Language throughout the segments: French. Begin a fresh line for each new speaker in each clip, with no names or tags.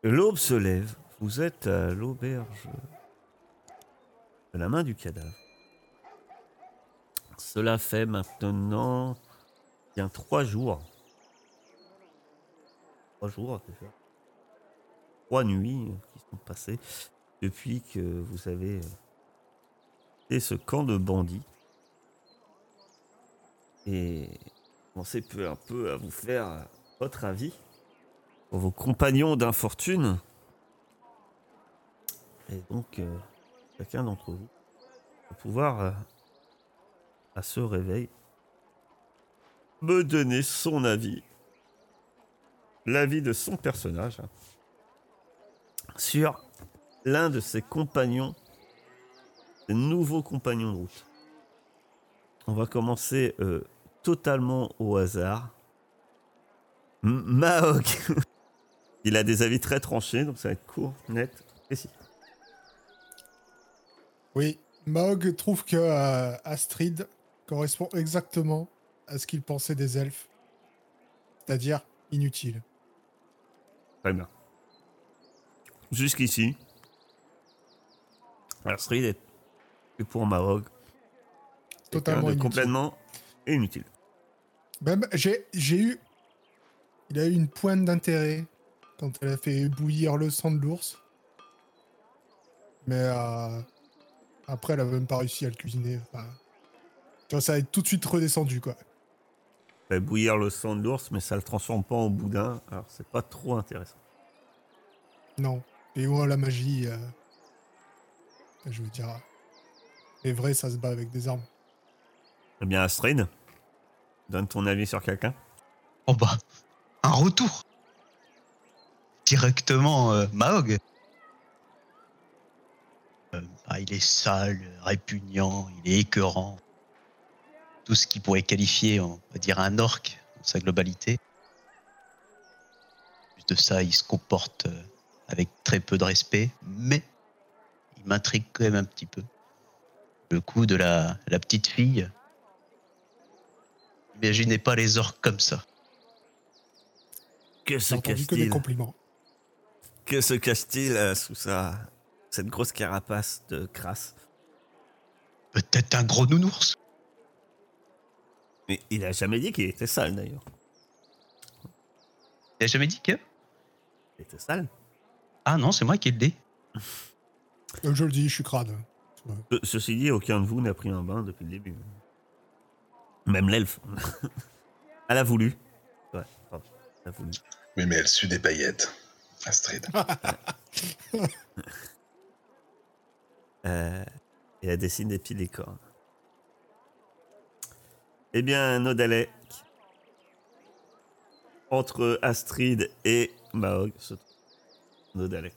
L'aube se lève. Vous êtes à l'auberge de la main du cadavre. Cela fait maintenant bien 3 jours. 3 jours déjà. 3 nuits qui sont passées depuis que vous avez fait ce camp de bandits. Et commencez peu à peu à vous faire votre avis pour vos compagnons d'infortune. Et donc, chacun d'entre vous va pouvoir, à ce réveil, me donner son avis, l'avis de son personnage, sur l'un de ses compagnons, ses nouveaux compagnons de route. On va commencer totalement au hasard. Mahog. Il a des avis très tranchés, donc ça va être court, net, précis.
Oui, Maog trouve que Astrid correspond exactement à ce qu'il pensait des elfes, c'est-à-dire inutile.
Très bien. Jusqu'ici, Astrid est pour Mahog. Quelqu'un
Totalement
de
inutile.
complètement inutile.
Même, il a eu une pointe d'intérêt quand elle a fait bouillir le sang de l'ours. Mais après, elle a même pas réussi à le cuisiner. Enfin, tu vois, ça a tout de suite redescendu, quoi.
Fait bouillir le sang de l'ours, mais ça le transforme pas en boudin, alors c'est pas trop intéressant.
Non. Et ouais, la magie, je veux dire, les vrais, ça se bat avec des armes.
Eh bien, Astrid, donne ton avis sur quelqu'un.
Oh bah, un retour. Directement Mahog. Il est sale, répugnant, il est écœurant. Tout ce qui pourrait qualifier, on va dire, un orc dans sa globalité. En plus de ça, il se comporte avec très peu de respect, mais il m'intrigue quand même un petit peu. Le coup de la petite fille. Imaginez pas les orques comme ça.
Que
J'ai
se
entendu que des
cache-t-il
compliments.
Que se cache-t-il sous cette grosse carapace de crasse?
Peut-être un gros nounours.
Mais il a jamais dit qu'il était sale, d'ailleurs.
Il a jamais dit que...
Il était sale.
Ah non, c'est moi qui ai le dé.
Je le dis, je suis crade.
Ceci dit, aucun de vous n'a pris un bain depuis le début. Même l'elfe. Elle a voulu. Ouais, pardon. Elle a voulu.
Oui, mais elle sue des paillettes, Astrid.
Et elle dessine des pieds des cornes. Eh bien, Nodalek, entre Astrid et Mahog, se trouve Nodalek.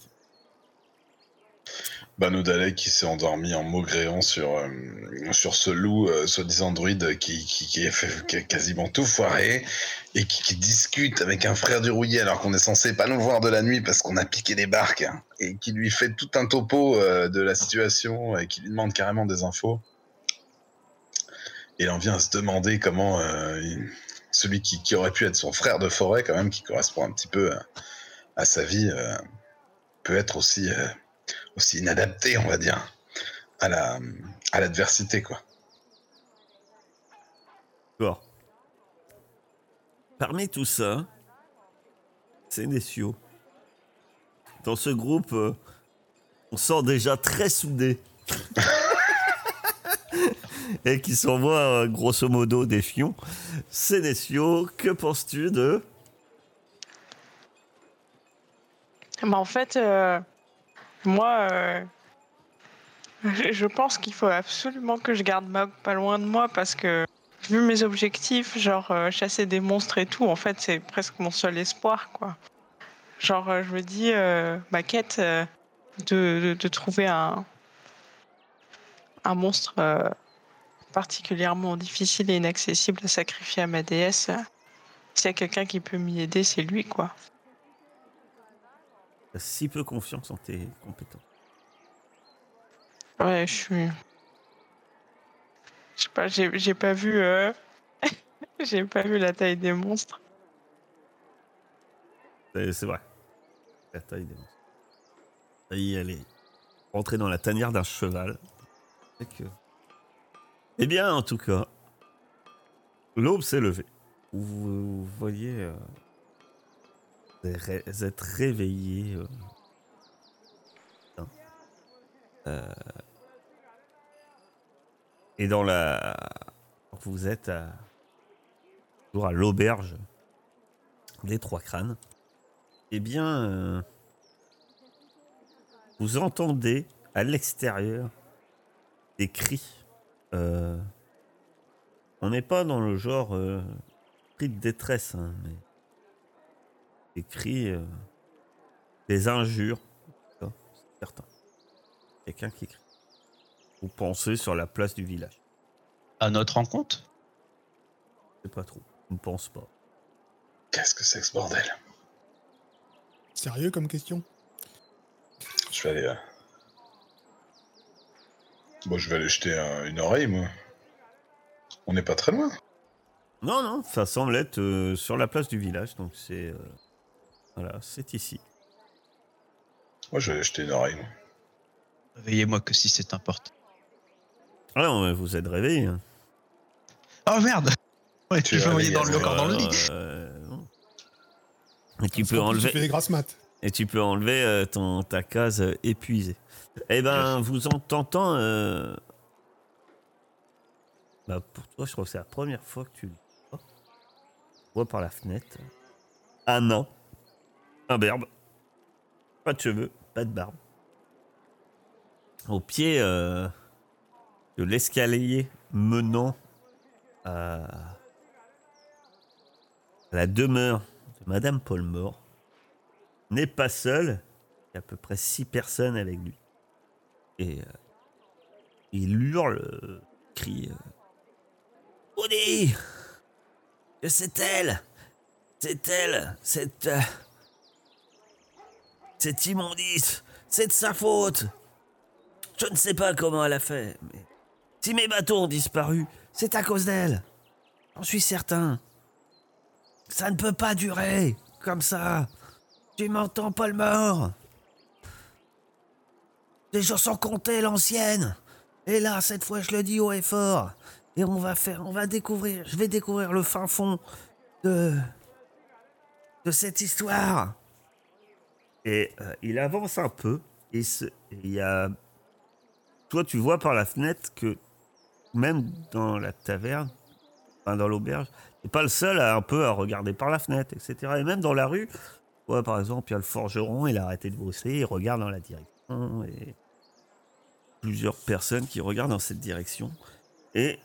Nodalek qui s'est endormi en maugréant sur ce loup soi-disant druide qui a quasiment tout foiré et qui discute avec un frère du rouillé alors qu'on est censé pas nous voir de la nuit parce qu'on a piqué des barques, hein, et qui lui fait tout un topo de la situation et qui lui demande carrément des infos. Et il en vient à se demander comment celui qui aurait pu être son frère de forêt quand même, qui correspond un petit peu à sa vie, peut être aussi inadapté, on va dire, à l'adversité, quoi.
Bon. Parmi tout ça, c'est Nessio. Dans ce groupe, on sent déjà très soudés. Et qui s'envoie grosso modo des fions. Sénécio, que penses-tu de...
En fait, moi, je pense qu'il faut absolument que je garde Maug pas loin de moi parce que, vu mes objectifs, genre chasser des monstres et tout, en fait, c'est presque mon seul espoir, quoi. Genre, je me dis, ma quête de trouver un monstre particulièrement difficile et inaccessible à sacrifier à ma déesse, s'il y a quelqu'un qui peut m'y aider, c'est lui, quoi.
T'as si peu confiance en tes compétences.
Ouais, je sais pas, j'ai pas vu, j'ai pas vu la taille des monstres.
C'est vrai. La taille des monstres. Et elle est rentrée dans la tanière d'un cheval. Eh bien, en tout cas, l'aube s'est levée. Vous voyez, vous êtes réveillé. Et dans la... Vous êtes toujours à l'auberge des Trois Crânes. Eh bien, vous entendez à l'extérieur des cris. On n'est pas dans le genre cri de détresse, hein, mais des cris, des injures, c'est certain. Quelqu'un qui crie. Vous pensez sur la place du village.
À notre rencontre?
Je sais pas trop. Je ne pense pas.
Qu'est-ce que c'est que ce bordel?
Sérieux comme question?
Je vais aller... Bon, je vais aller jeter une oreille, moi. On n'est pas très loin.
Non, non, ça semble être sur la place du village, donc c'est... voilà, c'est ici.
Moi, je vais aller jeter une oreille, moi.
Réveillez-moi que si c'est important.
Ah non, mais vous êtes réveillé. Hein.
Oh merde! Ouais,
Tu
tu
es
veux envoyer
réveillé,
encore dans le lit.
Non. Et tu
Parce
peux
qu'en plus, tu
enlever...
fais des grasses maths.
Et tu peux enlever ta case épuisée. Eh ben, vous en tentant... Bah, pour toi, je crois que c'est la première fois que tu le vois. Tu vois par la fenêtre. Un nain. Un berbe. Pas de cheveux, pas de barbe. Au pied de l'escalier menant à la demeure de Madame Paulmore, n'est pas seul. Il y a à peu près 6 personnes avec lui. Et il hurle, crie... Odie! Que c'est elle! C'est elle! Cette immondice! C'est de sa faute! Je ne sais pas comment elle a fait, mais si mes bateaux ont disparu, c'est à cause d'elle! J'en suis certain! Ça ne peut pas durer! Comme ça! Tu m'entends, Paul Mort? Les jours sont comptés, l'ancienne! Et là, cette fois, je le dis haut et fort! Et on va découvrir, je vais découvrir le fin fond de cette histoire. Et il avance un peu, et il y a... Toi, tu vois par la fenêtre que même dans la taverne, enfin dans l'auberge, t'es pas le seul à un peu à regarder par la fenêtre, etc. Et même dans la rue, tu vois, par exemple, il y a le forgeron, il a arrêté de bosser, il regarde dans la direction, et plusieurs personnes qui regardent dans cette direction. Et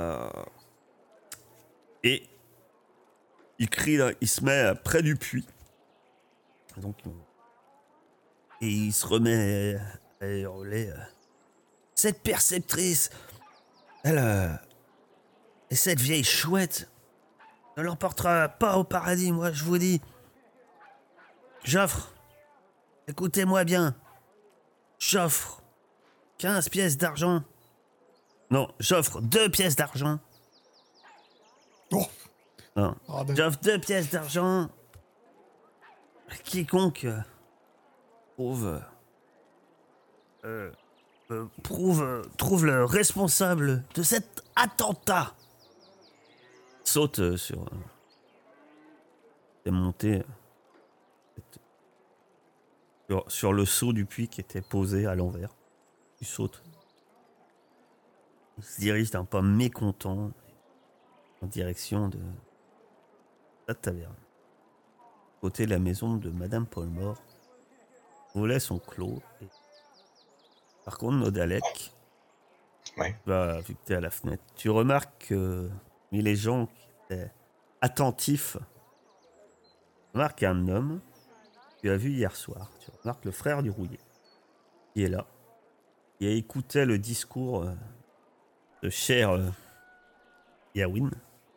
il crie, là, il se met près du puits. Donc, et il se remet à hurler. Cette perceptrice, elle, et cette vieille chouette, ne l'emportera pas au paradis, moi je vous dis. J'offre, écoutez-moi bien, j'offre 15 pièces d'argent. Non, j'offre 2 pièces d'argent.
Oh,
Non,
pardon.
j'offre 2 pièces d'argent. Quiconque trouve le responsable de cet attentat. Saute sur... est monté sur le seau du puits qui était posé à l'envers. Il saute. Il se dirige d'un pas mécontent en direction de la taverne. Côté de la maison de Madame Paulmore, les volets sont clos. Et... Par contre, Nodalek,
Ouais.
bah, vu que t'es à la fenêtre, tu remarques que parmi les gens qui étaient attentifs, tu remarques un homme que tu as vu hier soir. Tu remarques le frère du rouillé qui est là, qui écoutait le discours de cher Yawin.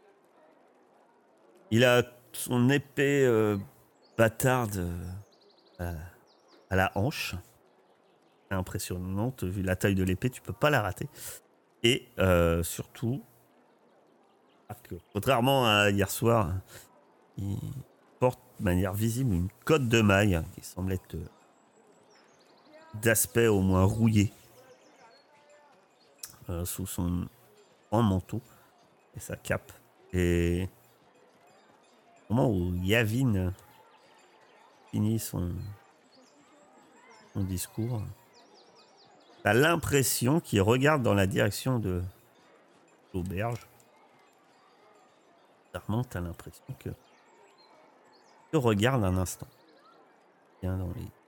Il a son épée bâtarde à la hanche. Impressionnante, vu la taille de l'épée, tu peux pas la rater. Et surtout, contrairement à hier soir, porte de manière visible une cotte de maille qui semble être d'aspect au moins rouillé sous son grand manteau et sa cape. Et au moment où Yavin finit son discours, t'as l'impression qu'il regarde dans la direction de l'auberge. Clairement, t'as l'impression que tu regardes un instant. Bien dans les...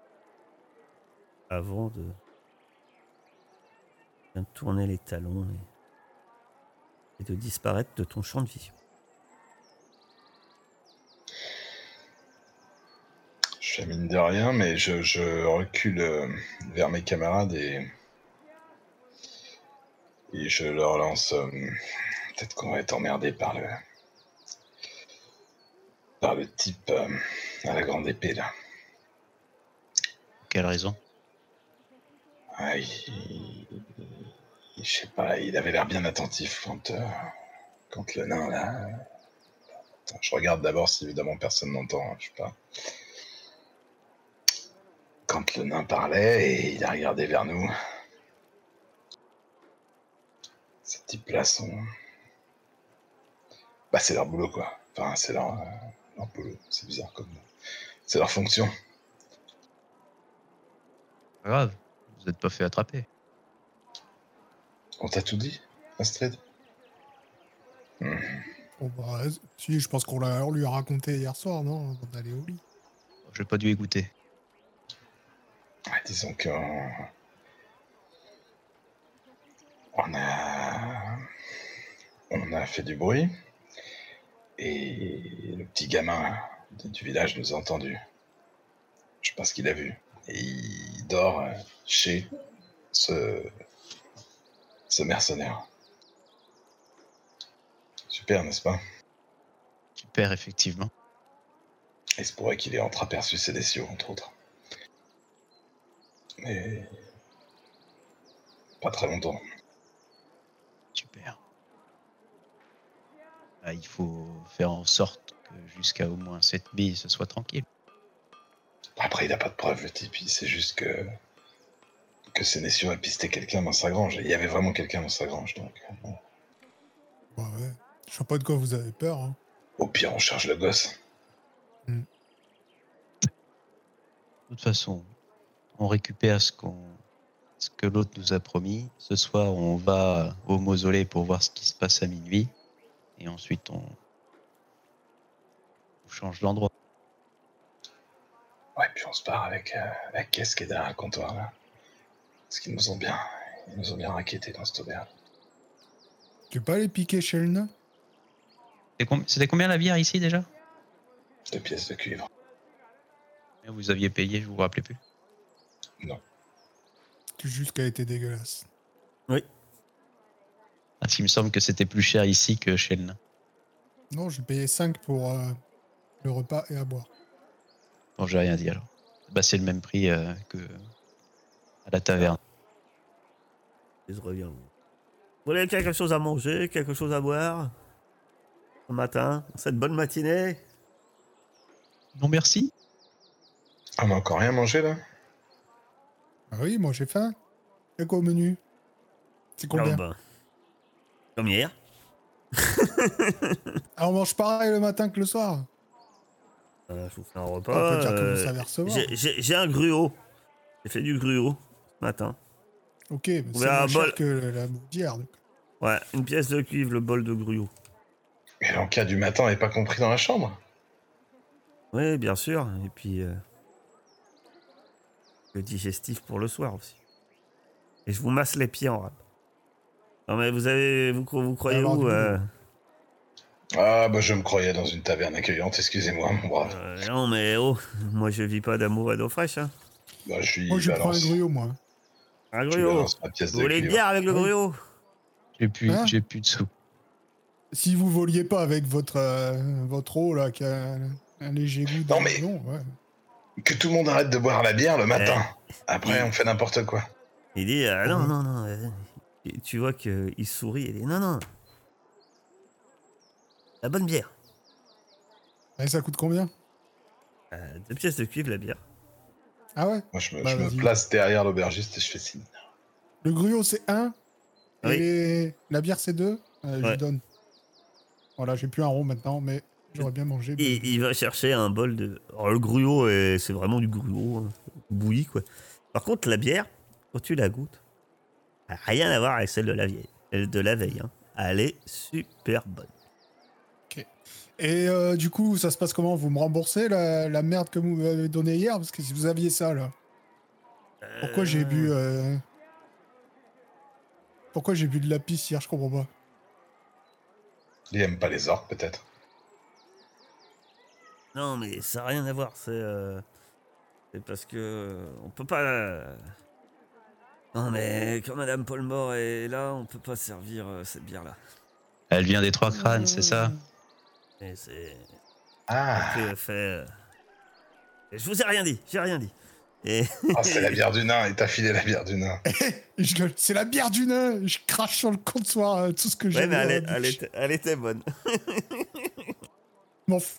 Avant de... bien de tourner les talons et de disparaître de ton champ de vision.
Je fais mine de rien, mais je recule vers mes camarades et je leur lance. Peut-être qu'on va être emmerdé par le type à la grande épée là.
Quelle raison?
Ah, je sais pas, il avait l'air bien attentif quand le nain là. Attends, je regarde d'abord si évidemment personne n'entend, hein, je sais pas. Quand le nain parlait et il a regardé vers nous. Ces types-là sont. Bah, c'est leur boulot quoi. Enfin, c'est leur boulot. C'est bizarre comme. C'est leur fonction.
Pas grave, vous n'êtes pas fait attraper.
On t'a tout dit, Astrid?
Bon, bah, si, je pense on lui a raconté hier soir, non? Avant d'aller au lit.
J'ai pas dû écouter.
Ouais, disons qu'on a fait du bruit et le petit gamin du village nous a entendus. Je pense qu'il a vu. Et il dort chez ce mercenaire. Super, n'est-ce pas?
Super, effectivement.
Il se pourrait qu'il ait entreaperçu Célestio, entre autres. Mais pas très longtemps.
Super. Là, il faut faire en sorte que jusqu'à au moins cette nuit, ce soit tranquille.
Après, il n'a pas de preuves, le type. Il sait juste que Sénécio a pisté quelqu'un dans sa grange. Et il y avait vraiment quelqu'un dans sa grange, donc... bon.
Ouais. Je sais pas de quoi vous avez peur. Hein.
Au pire, on charge le gosse.
De toute façon, on récupère ce que l'autre nous a promis. Ce soir, on va au mausolée pour voir ce qui se passe à minuit. Et ensuite, on change l'endroit.
Ouais, puis on se part avec la caisse qui est derrière le comptoir, là. Parce qu'ils nous ont bien raquettés dans cette auberge.
Tu veux pas aller piquer chez le nain?
C'était combien la bière ici déjà?
2 pièces de cuivre.
Vous aviez payé, je vous rappelais plus.
Non.
C'est juste qu'elle était dégueulasse.
Oui.
Ah, il me semble que c'était plus cher ici que chez le nain.
Non, j'ai payé 5 pour le repas et à boire.
Bon, j'ai rien dit alors. Bah, c'est le même prix que à la taverne.
Je reviens. Vous voulez quelque chose à manger, quelque chose à boire ce matin, cette bonne matinée?
Non, merci.
On a encore rien mangé, là?
Ah oui, moi j'ai faim. C'est quoi au menu? C'est combien?
Oh, ben, comme hier.
Ah, on mange pareil le matin que le soir.
Je vous fais un
On
repas.
peut dire que vous savez recevoir.
J'ai un gruau. J'ai fait du gruau ce matin.
Ok, mais c'est
un
moins cher
bol.
que la bouffe d'hier. Donc.
Ouais, une pièce de cuivre, le bol de gruau.
Et l'encas du matin n'est pas compris dans la chambre?
Oui, bien sûr. Et puis, le digestif pour le soir aussi. Et je vous masse les pieds en rap. Non mais vous croyez
Alors,
où
du boulot.
Ah, bah je me croyais dans une taverne accueillante, excusez-moi, mon brave.
Non mais oh, moi je vis pas d'amour et d'eau fraîche. Hein.
Bah je suis
Moi je prends un
balance.
gruau, moi.
Un
Je
gruau.
balance ma pièce
Vous
de
voulez une
cuivre.
bière avec le
Oui.
gruau?
J'ai plus de sous.
Si vous voliez pas avec votre eau là, qui a un léger goût
Non, mais-
d'amidon, ouais.
Que tout le monde arrête de boire la bière le matin. Après,
Et-
on fait n'importe quoi.
Il dit non,
Ouais.
non, non. Et tu vois qu'il sourit. Il dit non, non. La bonne bière.
Et ça coûte combien?
2 pièces de cuivre, la bière.
Ah ouais?
Moi, je me
Vas-y.
place derrière l'aubergiste et je fais signe.
Le gruau, c'est 1.
Oui.
Et la bière, c'est 2. Je
Ouais.
lui donne. Voilà, j'ai plus un rond maintenant, mais j'aurais bien mangé. Mais...
Il va chercher un bol de... Alors, le gruau, c'est vraiment du gruau, hein, bouilli, quoi. Par contre, la bière, quand tu la goûtes, elle a rien à voir avec celle de la veille. Hein. Elle est super bonne.
Et du coup, ça se passe comment? Vous me remboursez la merde que vous m'avez donnée hier? Parce que si vous aviez ça, là. Pourquoi j'ai bu... Pourquoi j'ai bu de la pisse hier? Je comprends pas.
Il aime pas les orques, peut-être.
Non, mais ça n'a rien à voir. C'est parce que on peut pas. Non, mais quand Madame Paulmore est là, on peut pas servir cette bière-là.
Elle vient des Trois Crânes, c'est ça?
Et c'est
Ah,
fait. Et je vous ai rien dit. J'ai rien dit. Et
ah, c'est la bière du nain. Il t'a filé la bière du nain.
Et je gueule, c'est la bière du nain! Je crache sur le comptoir tout ce que j'ai.
ouais, mais elle était bonne.
M'en fous.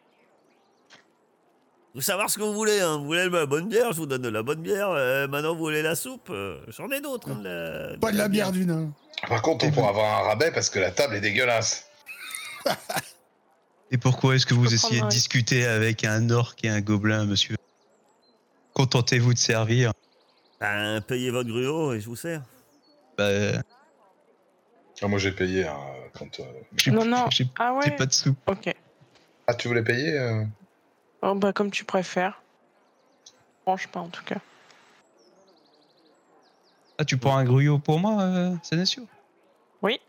Vous savoir ce que vous voulez, hein. Vous voulez de la bonne bière, je vous donne de la bonne bière. Maintenant, vous voulez la soupe, j'en ai d'autres. Hein,
Pas de la bière du nain.
Par contre, on pourra avoir un rabais parce que la table est dégueulasse.
Et pourquoi est-ce que
Je
vous
peux
essayez de
prendre un-
discuter avec un orc et un gobelin, monsieur? Contentez-vous de servir.
Ben, payez votre gruau et je vous sers.
Bah,
Ah, moi, j'ai payé quand.
Non.
j'ai
Ah ouais.
pas de sous.
Ok.
Ah, tu voulais payer
Oh, bah, comme tu préfères. Franche pas, en tout cas.
Ah, tu prends un gruau pour moi, Sénatio?
Oui.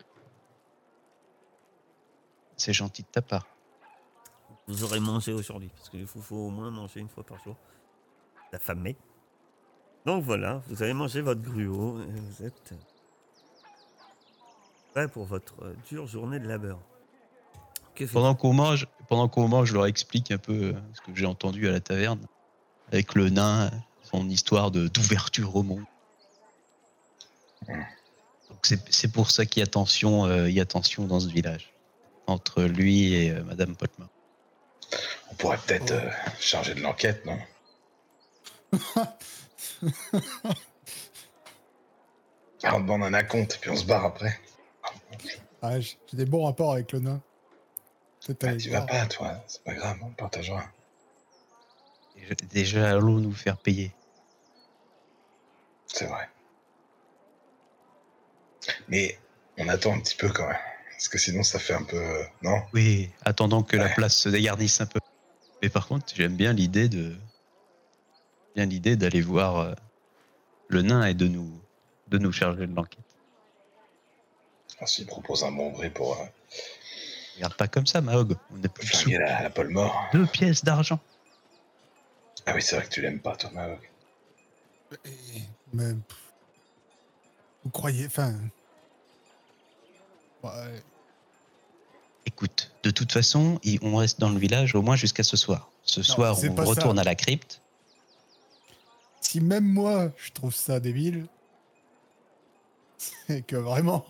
C'est gentil de ta part.
Vous aurez mangé aujourd'hui, parce qu'il faut au moins manger une fois par jour. Affamé. Donc voilà, vous avez mangé votre gruau et vous êtes prêt pour votre dure journée de labeur. Que faites-vous?
Pendant qu'on mange, je leur explique un peu ce que j'ai entendu à la taverne avec le nain, son histoire d'ouverture au monde. Donc c'est pour ça qu'il y a tension dans ce village entre lui et Madame Potma.
On pourrait peut-être charger de l'enquête, non? On demande un acompte, puis on se barre après.
Ah, j'ai des bons rapports avec le nain. Peut-être
Bah,
aller
tu
voir.
vas pas, toi. C'est pas grave, on partagera.
Déjà, allons nous faire payer.
C'est vrai. Mais on attend un petit peu quand même. Parce que sinon, ça fait un peu. Non?
Oui, attendant que la
Ouais.
place se dégarnisse un peu. Mais par contre, j'aime bien l'idée d'aller voir le nain et de nous charger de l'enquête.
Ah, s'il propose un bon prix pour
Regarde pas comme ça, Mahog. On n'a plus de sous.
flinguer la Paul mort.
2 pièces d'argent.
Ah oui, c'est vrai que tu l'aimes pas, toi, Mahog.
Mais... Vous croyez... Enfin... Ouais.
Écoute, de toute façon, on reste dans le village au moins jusqu'à ce soir. Ce soir,
c'est
on
pas
retourne
ça.
à la crypte.
Si même moi, je trouve ça débile... C'est que vraiment...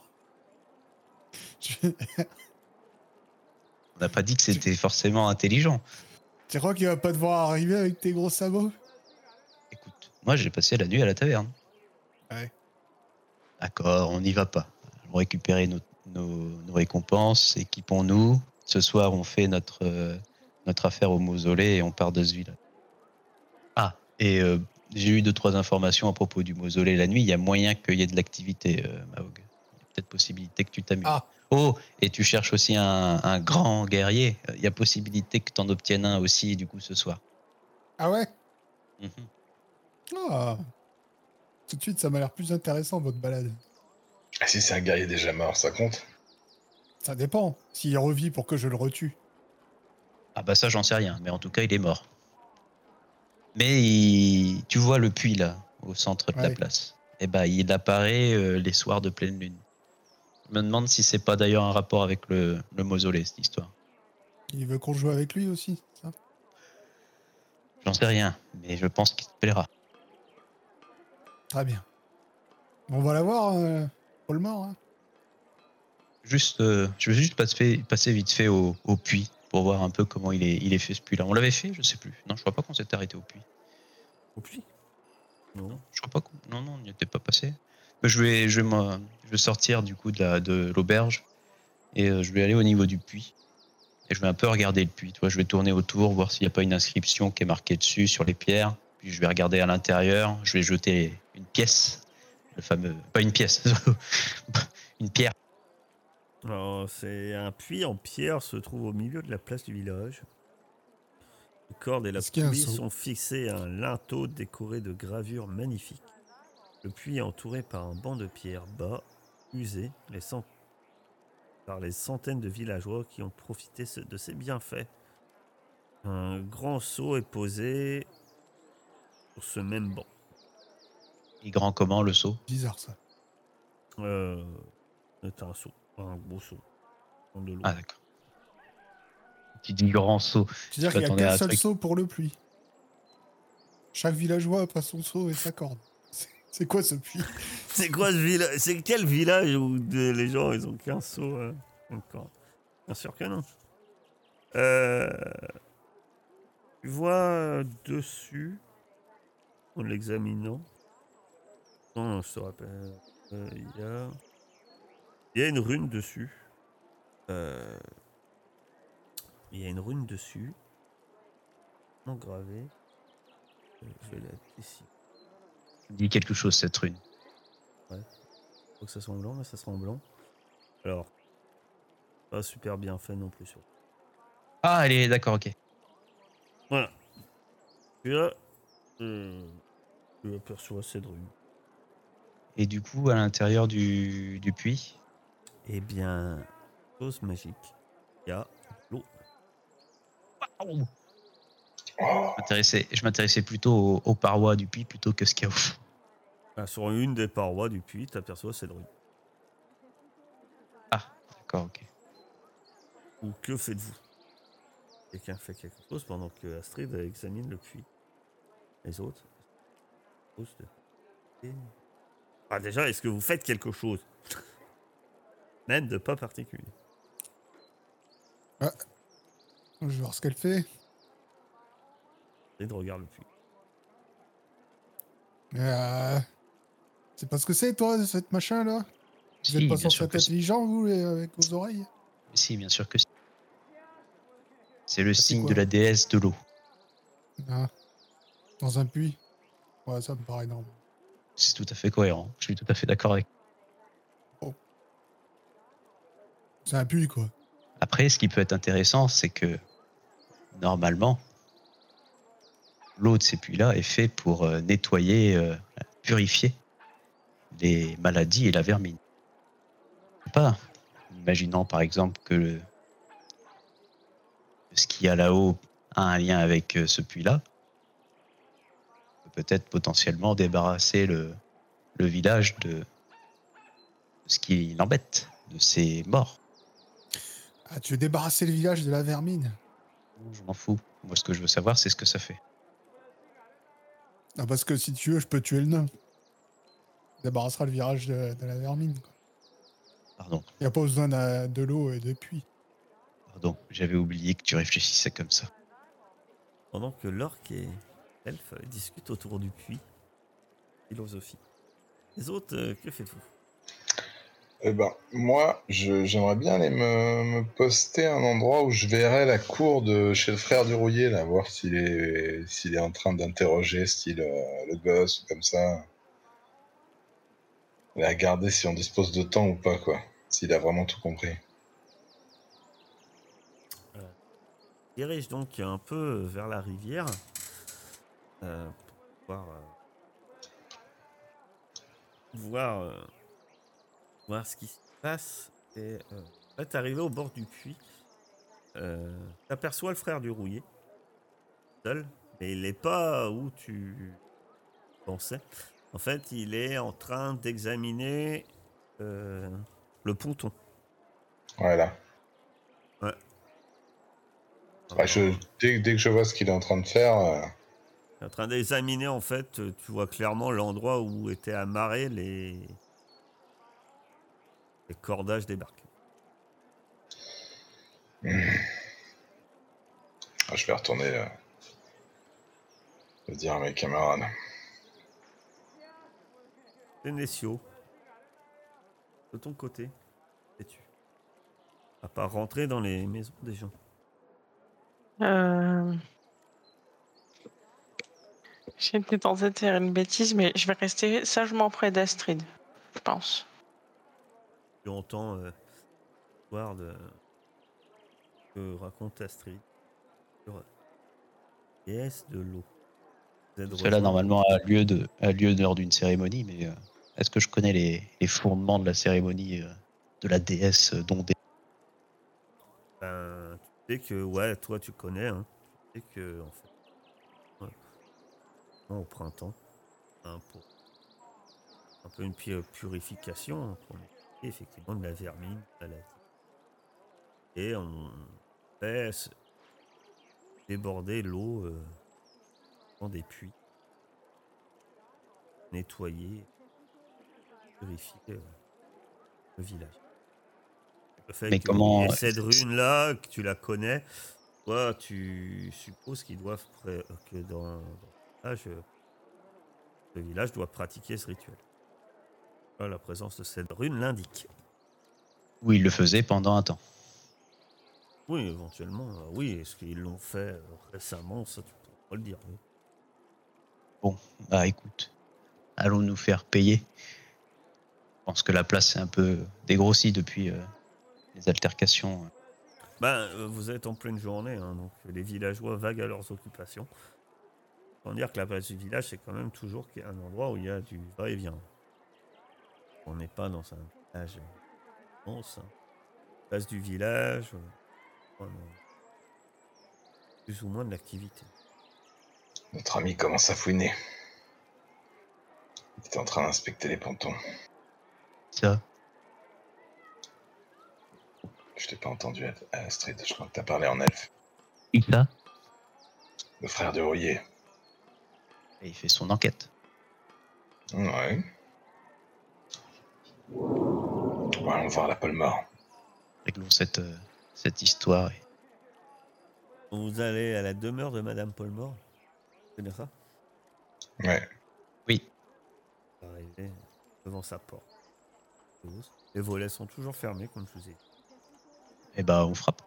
On n'a pas dit que c'était forcément intelligent.
Tu crois qu'il va pas devoir arriver avec tes gros sabots?
Écoute, moi, j'ai passé la nuit à la taverne.
Ouais.
D'accord, on n'y va pas. Allons récupérer nos récompenses, équipons-nous. Ce soir, on fait notre affaire au mausolée et on part de ce village. Ah, et j'ai eu 2-3 informations à propos du mausolée la nuit. Il y a moyen qu'il y ait de l'activité, Mahog. Il y a peut-être possibilité que tu t'amuses.
Ah.
Oh, et tu cherches aussi un grand guerrier. Il y a possibilité que tu en obtiennes un aussi, du coup, ce soir.
Ah ouais?
Mhm.
Ah. Tout de suite, ça m'a l'air plus intéressant, votre balade.
Ah, si c'est un guerrier déjà mort, ça compte?
Ça dépend. S'il revit pour que je le retue.
Ah bah ça, j'en sais rien. Mais en tout cas, il est mort. Mais tu vois le puits, là, au centre de la
Ouais.
place. Eh ben, il apparaît les soirs de pleine lune. Je me demande si c'est pas d'ailleurs un rapport avec le mausolée, cette histoire.
Il veut qu'on joue avec lui aussi, ça?
J'en sais rien, mais je pense qu'il te plaira.
Très bien. On va la voir, Paul Mort. Hein.
Juste, je veux juste passer vite fait au puits pour voir un peu comment il est fait ce puits-là. On l'avait fait, je sais plus. Non, je crois pas qu'on s'était arrêté au puits.
Au puits? Non.
Je crois pas qu'on... Non, on n'y était pas passé. Mais je vais sortir du coup de l'auberge et je vais aller au niveau du puits. Et je vais un peu regarder le puits. Tu vois, je vais tourner autour, voir s'il n'y a pas une inscription qui est marquée dessus sur les pierres. Puis je vais regarder à l'intérieur. Je vais jeter une pièce. Le fameux... Pas une pièce. Une pierre.
Alors, c'est un puits en pierre se trouve au milieu de la place du village. Les cordes et la
Est-ce qu'il y a un
poulie
seau?
sont fixées à un linteau décoré de gravures magnifiques. Le puits est entouré par un banc de pierre bas, usé, par les centaines de villageois qui ont profité de ses bienfaits. Un grand seau est posé sur ce même banc.
Il est grand comment le seau?
Bizarre ça.
C'est un seau, un gros seau. De l'eau.
Ah d'accord. Tu dis grand seau.
C'est-à-dire
Je
qu'il n'y a
m'attendais à
qu'un
un
seul
truc.
seau pour le puits. Chaque villageois a pas son seau et sa corde. C'est quoi ce puits?
C'est quoi ce village? C'est quel village où les gens ils ont qu'un seau encore? Bien sûr que non. Tu vois dessus, en l'examinant. Non, je te rappelle. Il y a une rune dessus. Il y a une rune dessus. Non gravée. Je vais la ici.
Dis quelque chose cette rune.
Faut que ça soit en blanc, mais ça sera en blanc. Alors, pas super bien fait non plus.
Ah, elle est d'accord, ok.
Voilà. Puis là, tu aperçois cette rune.
Et du coup, à l'intérieur du puits,
Eh bien, chose magique. Il y a l'eau.
je m'intéressais plutôt aux parois du puits plutôt que ce qu'il y a au fond.
Ah, sur une des parois du puits, tu aperçois cette rune.
Ah, d'accord, ok.
Ou que faites-vous? Quelqu'un fait quelque chose pendant que Astrid examine le puits. Les autres Ah, déjà, est-ce que vous faites quelque chose? Même de pas particulier.
Je vais voir ce qu'elle fait.
Astrid regarde le puits.
C'est pas ce que c'est, toi, cette machin-là? Vous
Si,
êtes pas
bien
censé
sûr
être
que si.
intelligent, vous, avec vos oreilles?
Si, bien sûr que si. C'est le
c'est
signe
quoi?
de la déesse de l'eau.
Ah. Dans un puits? Ouais, ça me paraît normal.
C'est tout à fait cohérent. Je suis tout à fait d'accord avec.
C'est un puits, quoi.
Après, ce qui peut être intéressant, c'est que normalement, l'eau de ces puits-là est fait pour nettoyer, purifier les maladies et la vermine. Pas. Imaginons par exemple que ce qu'il y a là-haut a un lien avec ce puits-là, peut-être potentiellement débarrasser le village de ce qui l'embête, de ses morts.
Ah, tu veux débarrasser le village de la vermine?
Non, je m'en fous. Moi, ce que je veux savoir, c'est ce que ça fait.
Ah, parce que si tu veux, je peux tuer le nain. Il débarrassera le village de la vermine, quoi.
Pardon,
Il n'y a pas besoin de l'eau et de puits.
j'avais oublié que tu réfléchissais comme ça.
Pendant que l'orc et l'elfe discutent autour du puits. Philosophie. Les autres, que faites-vous?
Eh ben, moi, j'aimerais bien aller me poster à un endroit où je verrais la cour de chez le frère du rouillé, là, voir s'il est en train d'interroger, style le gosse ou comme ça. Et à regarder si on dispose de temps ou pas, quoi. S'il a vraiment tout compris.
Dirige donc un peu vers la rivière pour voir ce qui se passe. Et là, t'es arrivé au bord du puits. T'aperçois le frère du rouillé, seul, mais il n'est pas où tu pensais. En fait, il est en train d'examiner le ponton.
Voilà.
Ouais.
Ouais, dès que je vois ce qu'il est en train de faire...
Il est en train d'examiner, en fait, tu vois clairement l'endroit où étaient amarrés les cordages des barques.
Je vais retourner le dire à mes camarades.
Sénécio, de ton côté, es-tu à part rentrer dans les maisons des gens?
J'étais tentée de faire une bêtise, mais je vais rester sagement près d'Astrid, je pense.
Tu entends l'histoire de que raconte Astrid sur déesse de l'eau. Vous êtes
Cela,
rejoint
normalement, a lieu lors d'une cérémonie, mais est-ce que je connais les fondements de la cérémonie de la déesse Dondé?
Ben, tu sais que, ouais, toi tu connais, hein. Tu sais que, en fait, ouais, au printemps, hein, pour un peu une purification, hein, pour nettoyer effectivement de la vermine, de la maladie. Et on laisse déborder l'eau dans des puits, nettoyer, purifier le village. Le fait
Mais
qu'il y ait
comment
cette rune-là, que tu la connais, toi, tu supposes qu'ils doivent que dans le village doit pratiquer ce rituel. Là, la présence de cette rune l'indique.
où il le faisait pendant un temps?
Oui, éventuellement, oui. Est-ce qu'ils l'ont fait récemment? Ça, tu peux pas le dire. Oui.
Bon, bah écoute, allons nous faire payer. Je pense que la place est un peu dégrossie depuis les altercations.
Ben, vous êtes en pleine journée, hein, donc les villageois vaguent à leurs occupations. Sans dire que la place du village, c'est quand même toujours un endroit où il y a du va-et-vient. On n'est pas dans un village immense. Hein. Place du village, on a plus ou moins de l'activité.
Notre ami commence à fouiner. Il était en train d'inspecter les pontons.
Ça,
Je t'ai pas entendu, Astrid. Je crois que t'as parlé en elfe.
Ita,
Le frère de Rouillet.
et il fait son enquête.
Ouais. Bon, allons voir la Paul Mort.
Réglons cette histoire.
Vous allez à la demeure de Madame Paulmore. C'est bien ça?
Ouais.
Oui,
Vous arrivez devant sa porte. Les volets sont toujours fermés, comme je vous ai dit.
et bah on frappe.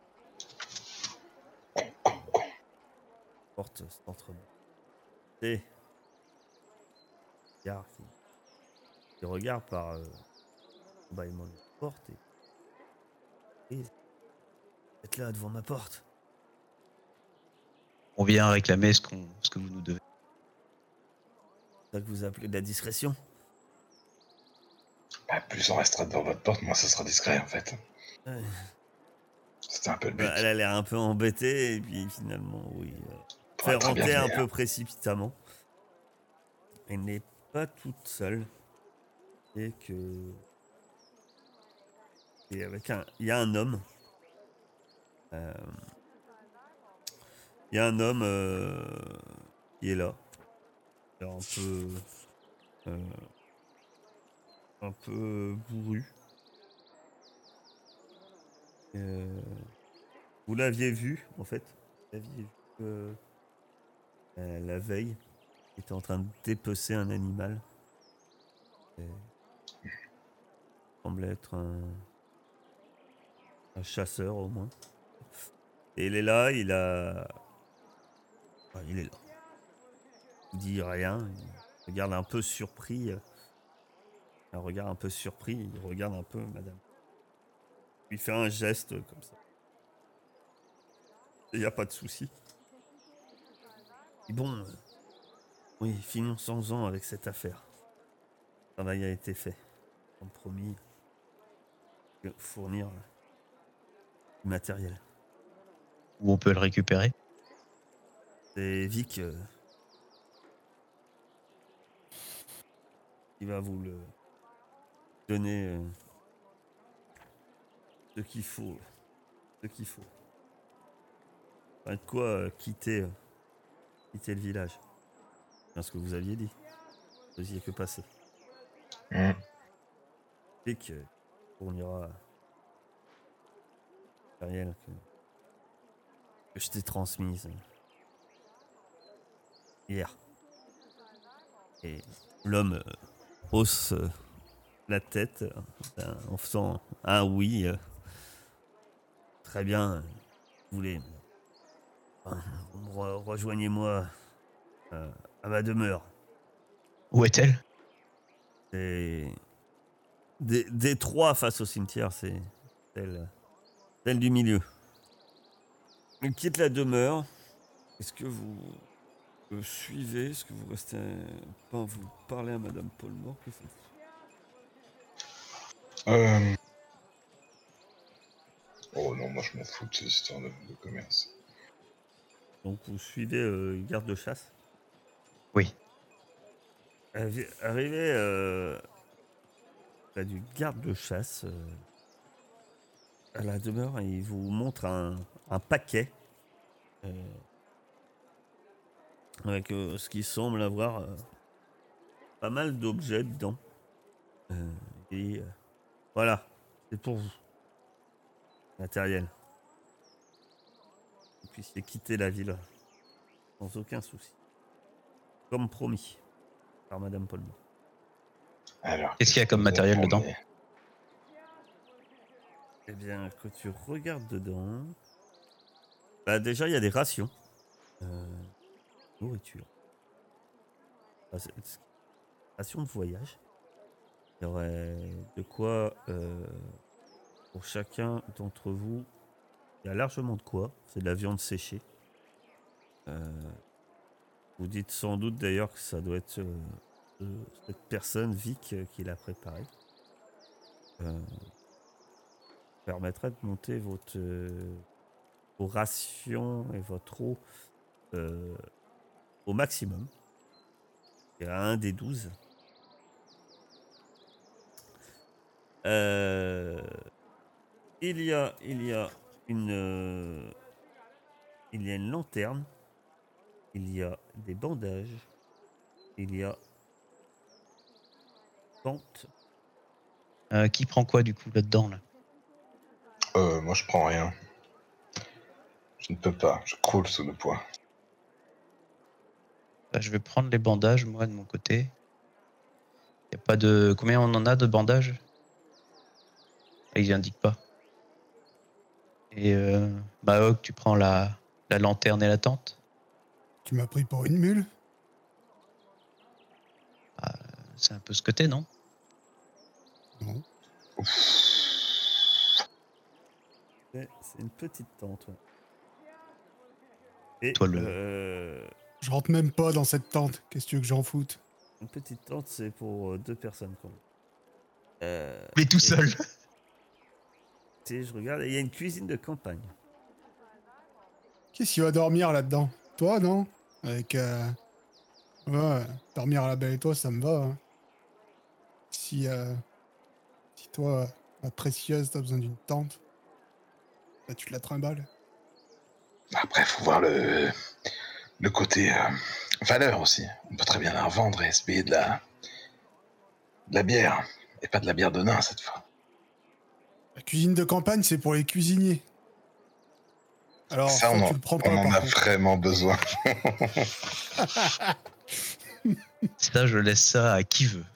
La porte s'entrebâille. Et qui regarde par l'entrebâillement de la porte et êtes là devant ma porte.
On vient réclamer ce que vous nous devez.
C'est ça que vous appelez de la discrétion?
Bah, plus on restera devant votre porte, moins ce sera discret en fait.
Ouais.
C'était un peu le but.
Elle a l'air un peu embêtée et puis finalement, oui. Fait
Très bien
rentrer un
venir.
peu précipitamment. Elle n'est pas toute seule. Et que. Et avec il y a un homme. Il y a un homme qui est là. Il est un peu bourru. Vous l'aviez vu, en fait. Vous l'aviez vu la veille. Il était en train de dépecer un animal. Il semblait être un chasseur, au moins. Et il est là, il est là. Il dit rien. Il regarde un peu surpris. Un regard un peu surpris. Il regarde un peu madame. Il fait un geste comme ça. Il n'y a pas de souci. Et bon, oui, finissons-en avec cette affaire. Le travail a été fait. Comme promis, fournir du matériel.
Où on peut le récupérer?
C'est Vic qui va vous le donner ce qu'il faut. Ce qu'il faut. Pas de quoi quitter le village. C'est ce que vous aviez dit. Vous n'y est que passer. Vic fournira matériel que je t'ai transmise hier. Et l'homme hausse la tête en faisant un oui. Très bien, vous voulez. Rejoignez-moi à ma demeure.
Où est-elle?
C'est des trois face au cimetière, c'est celle du milieu. Il quitte la demeure. Est-ce que vous suivez? Est-ce que vous restez pas vous parlez à Madame Paul-Mort?
Euh... Oh non, moi je m'en fous de ces histoires de commerce.
Donc vous suivez le garde de chasse.
Oui.
Arrivé près du garde de chasse à la demeure, et il vous montre un paquet avec ce qui semble avoir pas mal d'objets dedans. Et voilà, c'est pour vous. Matériel. Vous puissiez quitter la ville sans aucun souci. Comme promis par Madame Paul-Mort.
Alors,
Qu'est-ce qu'il y a comme matériel dedans?
Eh bien, quand tu regardes dedans, bah déjà il y a des rations, nourriture, rations de voyage. Il y aurait de quoi pour chacun d'entre vous. Il y a largement de quoi. C'est de la viande séchée. Vous dites sans doute d'ailleurs que ça doit être cette personne, Vic, qui l'a préparé. Permettrait de monter vos rations et votre eau au maximum. Il y a un des 12. Il y a une lanterne. Il y a des bandages. Il y a tente.
Qui prend quoi du coup là-dedans là?
Moi je prends rien. Je ne peux pas, je croule sous le poids.
Bah, je vais prendre les bandages moi de mon côté. Y a pas de... Combien on en a de bandages? Il indique pas. Et Mahog, tu prends la lanterne et la tente?
Tu m'as pris pour une mule?
C'est un peu ce que t'es, non?
Non.
C'est une petite tente. Ouais. Et
Toi,
Je rentre même pas dans cette tente. Qu'est-ce que tu veux que j'en foute?
une petite tente, c'est pour 2 personnes quand même.
Mais tout
et-
seul.
Je regarde, il y a une cuisine de campagne.
Qui va dormir là-dedans? Toi, non? Avec... Ouais, dormir à la belle et toi, ça me va. Hein. Si toi, la précieuse, t'as besoin d'une tente, bah tu te la trimbales.
Après, faut voir le côté valeur aussi. On peut très bien la revendre et se payer de la bière. Et pas de la bière de nain cette fois.
La cuisine de campagne, c'est pour les cuisiniers. Alors,
Ça,
ça,
on
tu le prends pas,
en
par
a
contre.
vraiment besoin.
Ça, je laisse ça à qui veut.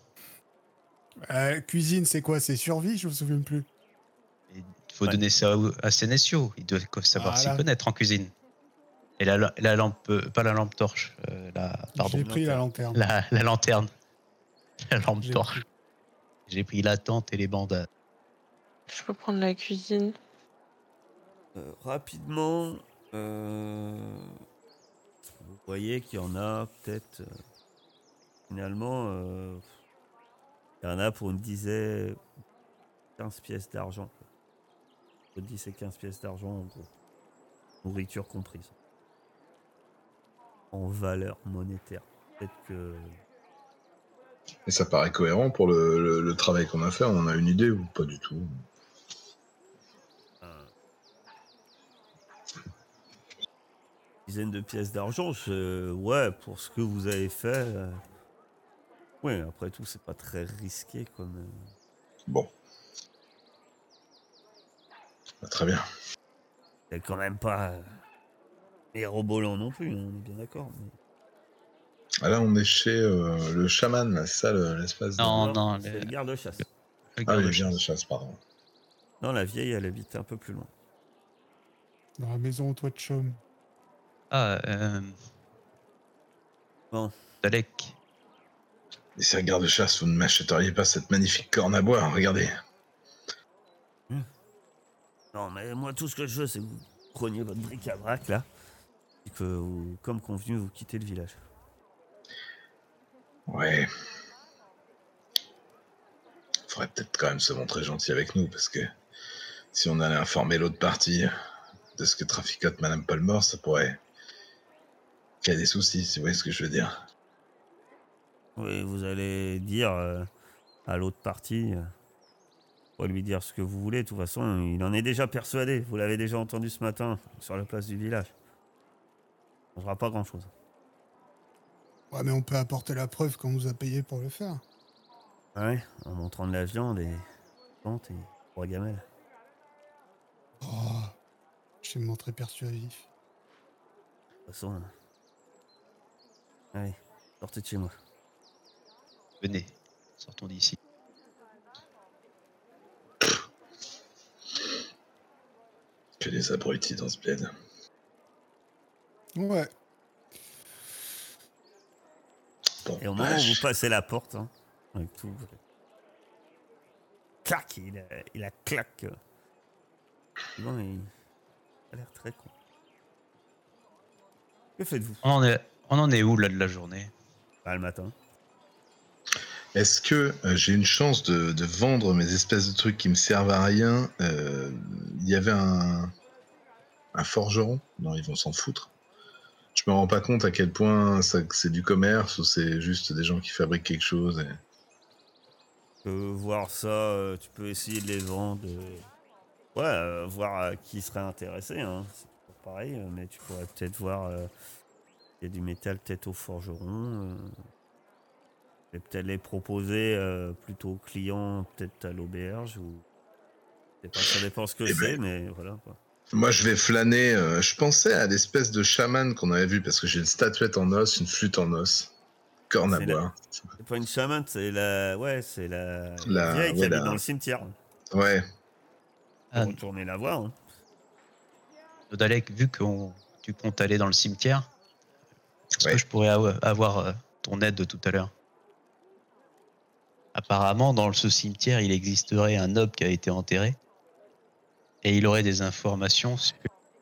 Cuisine, c'est quoi? C'est survie? Je me souviens plus.
Il faut
Ouais.
donner ça à Sénécio. Il doit savoir s'y
Voilà.
connaître en cuisine. Et la lampe, pas la lampe torche, pardon,
J'ai pris la lanterne.
la lanterne, la lampe
J'ai
torche. J'ai pris la tente et les bandages.
Je peux prendre la cuisine.
Rapidement, vous voyez qu'il y en a peut-être finalement, il y en a pour une dizaine, 15 pièces d'argent. Entre 10 et 15 pièces d'argent en gros. Nourriture comprise. En valeur monétaire. Peut-être que.
Et ça paraît cohérent pour le travail qu'on a fait. On en a une idée ou pas du tout?
Dizaine de pièces d'argent, ouais, pour ce que vous avez fait. Ouais, après tout, c'est pas très risqué comme.
Bon. Très bien.
C'est quand même pas Et Robolan non plus, hein, on est bien d'accord. Mais...
Ah, là, on est chez le chaman, là, c'est ça l'espace de.
Non,
c'est le garde-chasse.
le
Ah oui,
garde-chasse.
bien de chasse, pardon.
Non, la vieille, elle habite un peu plus loin.
Dans la maison au toit de chaume.
Ah,
Bon,
Dalek.
Et si un garde-chasse, vous ne m'achèteriez pas cette magnifique corne à bois, regardez.
non, mais moi, tout ce que je veux, c'est que vous preniez votre bric-à-brac, là, et que, vous, comme convenu, vous quittez le village.
Ouais. Faudrait peut-être quand même se montrer gentil avec nous, parce que si on allait informer l'autre partie de ce que traficote Madame Palmore, ça pourrait qu'il y a des soucis, si vous voyez ce que je veux dire.
Oui, vous allez dire à l'autre partie, pour lui dire ce que vous voulez. De toute façon, il en est déjà persuadé. Vous l'avez déjà entendu ce matin sur la place du village. Ça ne changera pas grand-chose.
Ouais, mais on peut apporter la preuve qu'on nous a payé pour le faire.
Ouais, en montrant de la viande et plantes et 3 gamelles.
Oh, je vais me montrer persuasif.
De toute façon, allez, sortez de chez moi.
Venez, sortons d'ici.
Que des abrutis dans ce bled.
Ouais.
Bon,
Et au moment où vous
vache.
passez la porte, hein, avec tout, clac, il a claque. Bon, il a l'air très con. Que faites-vous?
On en est où là de la journée?
Bah, le matin.
Est-ce que j'ai une chance de vendre mes espèces de trucs qui me servent à rien? Il y avait un forgeron? Non, ils vont s'en foutre. Je me rends pas compte à quel point c'est du commerce ou c'est juste des gens qui fabriquent quelque chose. Et...
Tu peux voir ça, tu peux essayer de les vendre. Ouais, voir qui serait intéressé. Hein. C'est toujours pareil, mais tu pourrais peut-être voir. Il y a du métal peut-être au forgeron. Et peut-être les proposer plutôt aux clients, peut-être à l'auberge. Ou... Je sais pas, ça dépend ce que
Eh
c'est,
ben,
mais voilà. Quoi.
moi, je vais flâner. Je pensais à l'espèce de chaman qu'on avait vu parce que j'ai une statuette en os, une flûte en os, corne à
C'est
bois.
c'est pas une chamane, c'est la. Ouais, c'est la
La,
vieille qui
ouais,
habite dans
la,
le cimetière.
ouais.
Tu peux
Ah,
retourner la voir. Hein.
Dalek, vu que tu comptes aller dans le cimetière, est-ce que
Ouais.
je pourrais avoir ton aide de tout à l'heure? Apparemment, dans ce cimetière, il existerait un noble qui a été enterré et il aurait des informations sur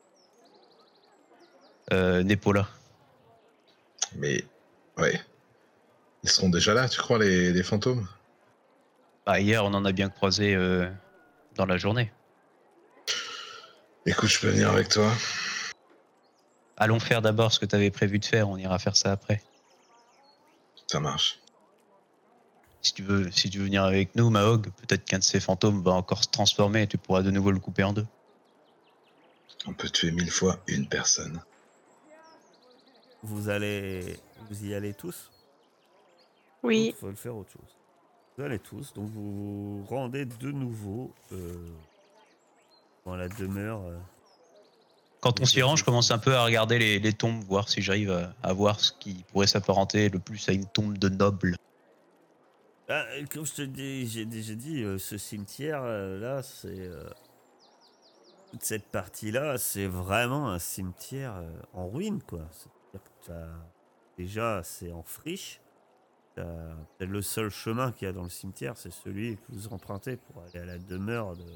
Nepola.
Mais, ouais. Ils seront déjà là, tu crois, les fantômes?
Bah, hier, on en a bien croisé dans la journée.
Écoute, je peux venir avec toi.
Allons faire d'abord ce que tu avais prévu de faire, on ira faire ça après.
Ça marche.
Si tu veux venir avec nous, Mahog, peut-être qu'un de ces fantômes va encore se transformer et tu pourras de nouveau le couper en deux.
On peut tuer 1000 fois une personne.
Vous y allez tous.
Oui.
Il faut le faire autre chose. Vous allez tous, donc vous vous rendez de nouveau dans la demeure.
Quand on s'y rend, je commence un peu à regarder les tombes, voir si j'arrive à voir ce qui pourrait s'apparenter le plus à une tombe de noble.
Ah, comme je te dis, j'ai déjà dit, ce cimetière là, c'est toute cette partie-là, c'est vraiment un cimetière en ruine, quoi. C'est-à-dire que déjà, c'est en friche. Peut-être le seul chemin qu'il y a dans le cimetière, c'est celui que vous empruntez pour aller à la demeure de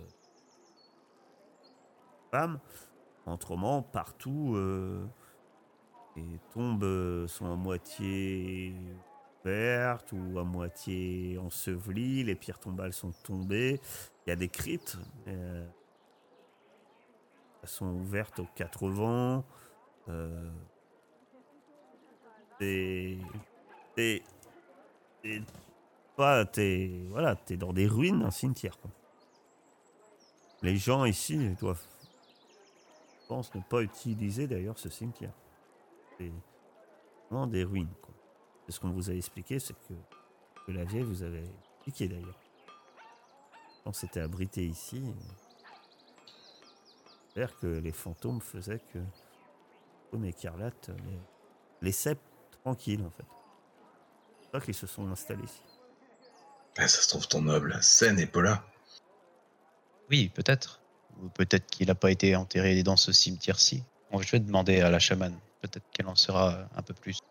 femme. Autrement, partout, les tombes sont à moitié ouvertes ou à moitié ensevelies. Les pierres tombales sont tombées. Il y a des cryptes. Elles sont ouvertes aux 4 vents. Euh, t'es, t'es, voilà, t'es dans des ruines d'un cimetière. Quoi. Les gens ici doivent, je pense, ne pas utiliser d'ailleurs ce cimetière. C'est vraiment des ruines. Quoi. C'est ce qu'on vous a expliqué, c'est que la vieille vous avait expliqué d'ailleurs. Quand c'était abrité ici, c'est-à-dire que les fantômes faisaient que Brume écarlate les cèpes tranquilles en fait. C'est pas qu'ils se sont installés ici.
Ah, ça se trouve, ton noble, Sen et Paula.
Oui, peut-être. Ou peut-être qu'il n'a pas été enterré dans ce cimetière-ci. Bon, je vais demander à la chamane. Peut-être qu'elle en saura un peu plus.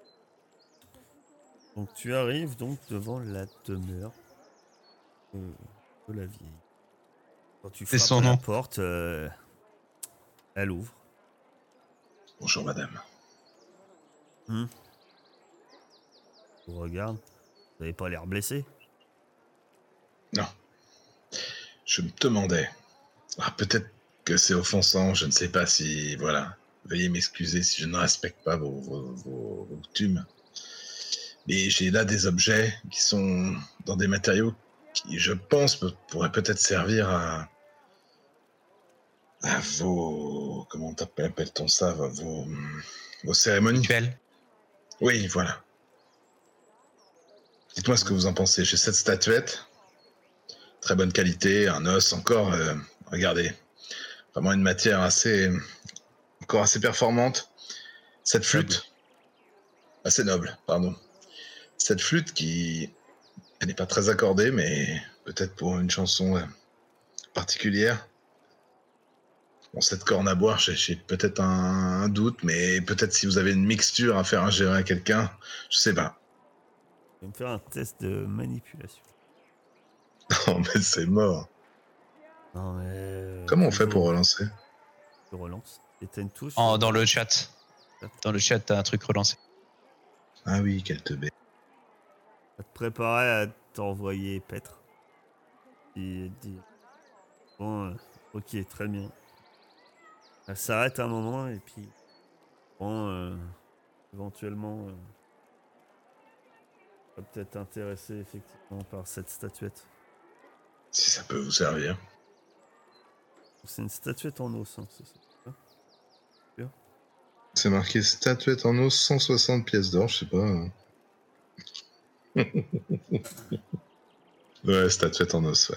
Donc tu arrives donc devant la demeure de la vieille. Quand tu
C'est
frappes
son
à la
nom.
porte, elle ouvre.
Bonjour, madame.
Hmm. Vous regarde. Vous n'avez pas l'air blessé.
Non. Je me demandais. Ah, peut-être que c'est offensant, je ne sais pas si. Voilà. Veuillez m'excuser si je ne respecte pas vos coutumes. Mais j'ai là des objets qui sont dans des matériaux qui, je pense, pourraient peut-être servir à vos. Comment appelle-t-on ça? Vos cérémonies.
Rituel.
Oui, voilà. Dites-moi ce que vous en pensez. J'ai cette statuette. Très bonne qualité, un os encore. Regardez. Vraiment une matière encore assez performante. Cette flûte. Assez noble, pardon. Cette flûte qui. Elle n'est pas très accordée, mais peut-être pour une chanson particulière. Bon, cette corne à boire, j'ai peut-être un doute, mais peut-être si vous avez une mixture à faire ingérer à quelqu'un, je sais pas.
Je vais me faire un test de manipulation.
Non, mais c'est mort.
Non mais.
Comment on fait
toujours,
pour relancer?
tu relances. Et t'as une touche.
Dans le chat. Dans le chat, t'as un truc relancé.
Ah oui, quelle teubée.
Va te préparer à t'envoyer Petre. Il dit bon, ok, très bien. Elle s'arrête un moment et puis bon, éventuellement, va peut-être intéressé effectivement par cette statuette.
Si ça peut vous servir.
C'est une statuette en os, hein, c'est ça.
C'est marqué statuette en os, 160 pièces d'or, je sais pas. Ouais, statuette en os, ouais.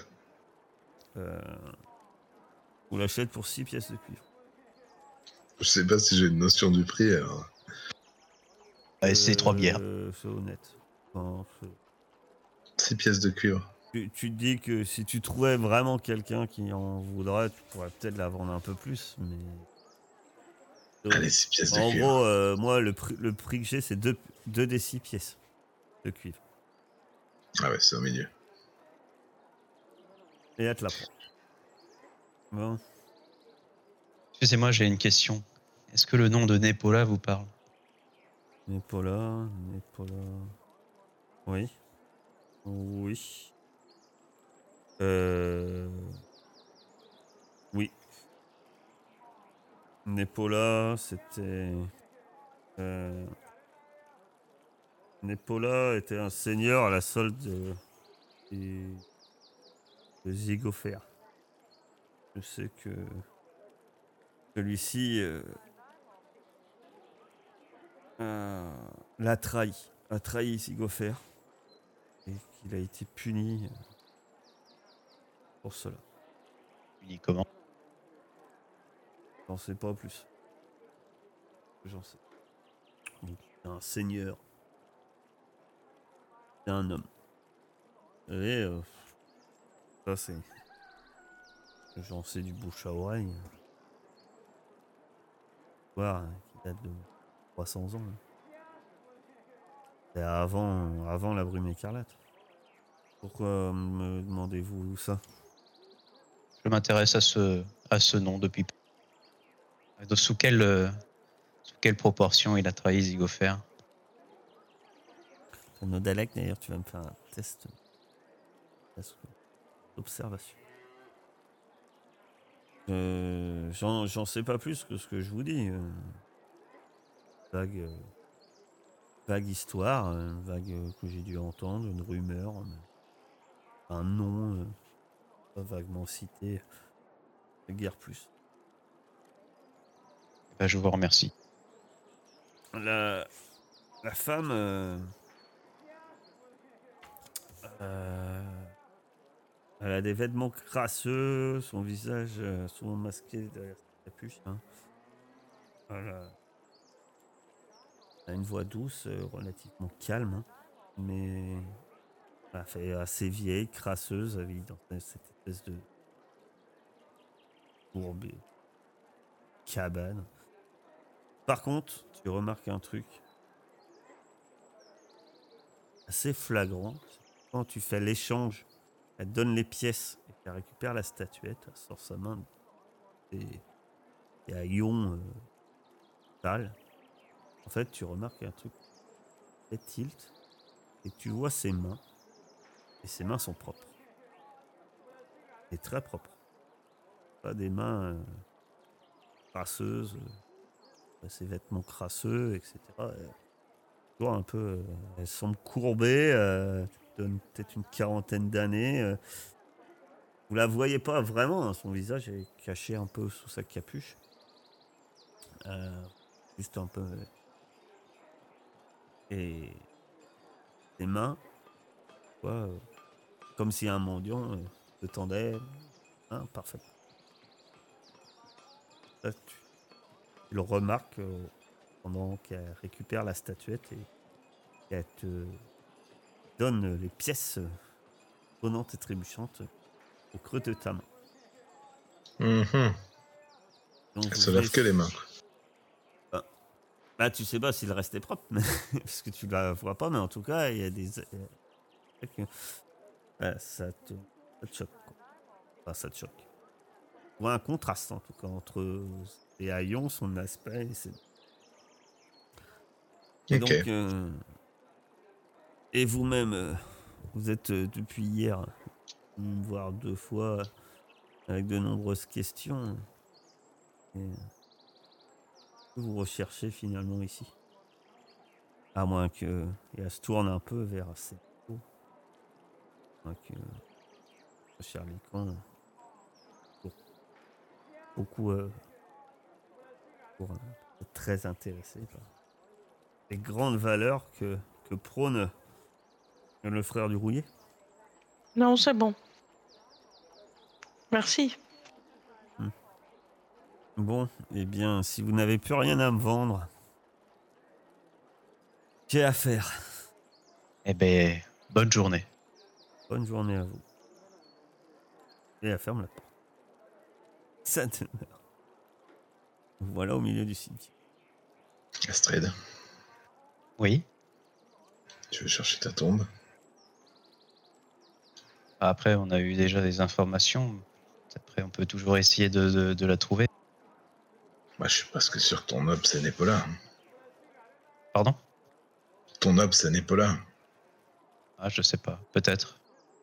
On l'achète pour 6 pièces de cuivre.
Je sais pas si j'ai une notion du prix, alors.
Allez, c'est 3 bières.
C'est honnête. Enfin,
6 pièces de cuivre.
tu te dis que si tu trouvais vraiment quelqu'un qui en voudrait, tu pourrais peut-être la vendre un peu plus, mais.
Allez, 6 pièces de
En
cuivre.
gros, moi, le prix que j'ai, c'est 2 des 6 pièces de cuivre.
Ah ouais, c'est au milieu.
Et elle te la prend. Bon.
Excusez-moi, j'ai une question. Est-ce que le nom de Népola vous parle?
Népola. Oui. Oui. Oui. Népola, c'était. Népola était un seigneur à la solde de Zigopher. Je sais que celui-ci l'a trahi Zigopher et qu'il a été puni pour cela.
Puni comment?
J'en sais pas plus. J'en sais. Donc, c'est un seigneur. C'est un homme. Et ça c'est. J'en sais du bouche à oreille. Voir qui date de 300 ans. C'est avant la brume écarlate. Pourquoi me demandez-vous ça?
Je m'intéresse à ce nom depuis. Sous quelle proportion il a trahi Zigopher?
Ton Nodalek, d'ailleurs, tu vas me faire un test d'observation. J'en sais pas plus que ce que je vous dis. Vague histoire, vague que j'ai dû entendre, une rumeur, un nom pas vaguement cité, guère plus.
Ben, je vous remercie.
La femme elle a des vêtements crasseux, son visage souvent masqué derrière sa capuche. Hein. a une voix douce, relativement calme, hein, mais elle fait assez vieille, crasseuse, elle vit dans cette espèce de courbe cabane. Par contre, tu remarques un truc assez flagrant. Quand tu fais l'échange, elle te donne les pièces et qu'elle récupère la statuette, elle sort sa main et à ion sale. En fait, tu remarques un truc très tilt et tu vois ses mains. Et ses mains sont propres. Et très propres. Pas des mains crasseuses, ses vêtements crasseux, etc. Tu vois un peu, elles semblent courbées, tu te donnes peut-être une quarantaine d'années. Vous la voyez pas vraiment, hein, son visage est caché un peu sous sa capuche. Juste un peu. Et ses mains, tu vois, comme si un mendiant te tendait. Hein, parfait. Ça, tu le remarques pendant qu'elle récupère la statuette et qu'elle te donne les pièces sonnantes et trébuchantes au creux de ta main.
Mhm.
Donc
Elle
vous
se lave que les mains.
Bah, tu sais pas si le reste est propre, mais parce que tu la vois pas, mais en tout cas, il y a des. Ouais, ça te choque, quoi. Enfin, ça te choque. Tu vois un contraste, en tout cas, entre les haillons, son aspect. Et
Ok.
donc, et vous-même, vous êtes depuis hier, voire 2 fois, avec de nombreuses questions. Et que vous recherchez finalement ici. À moins que. Et elle se tourne un peu vers ses mots. À moins que. Cher Lican, beaucoup pour être très intéressé par les grandes valeurs que prône le frère du rouillé.
Non, c'est bon. Merci.
Bon, eh bien, si vous n'avez plus rien à me vendre, j'ai affaire.
Eh ben, bonne journée.
Bonne journée à vous. Et elle ferme la porte. Ça demeure. Voilà au milieu du cimetière.
Astrid,
Oui.
tu veux chercher ta tombe?
Après, on a eu déjà des informations. Après, on peut toujours essayer de la trouver.
Moi, je suis presque sûr que ton ob, c'est Népola.
Pardon?
Ton ob, c'est Népola.
Ah, je sais pas. Peut-être.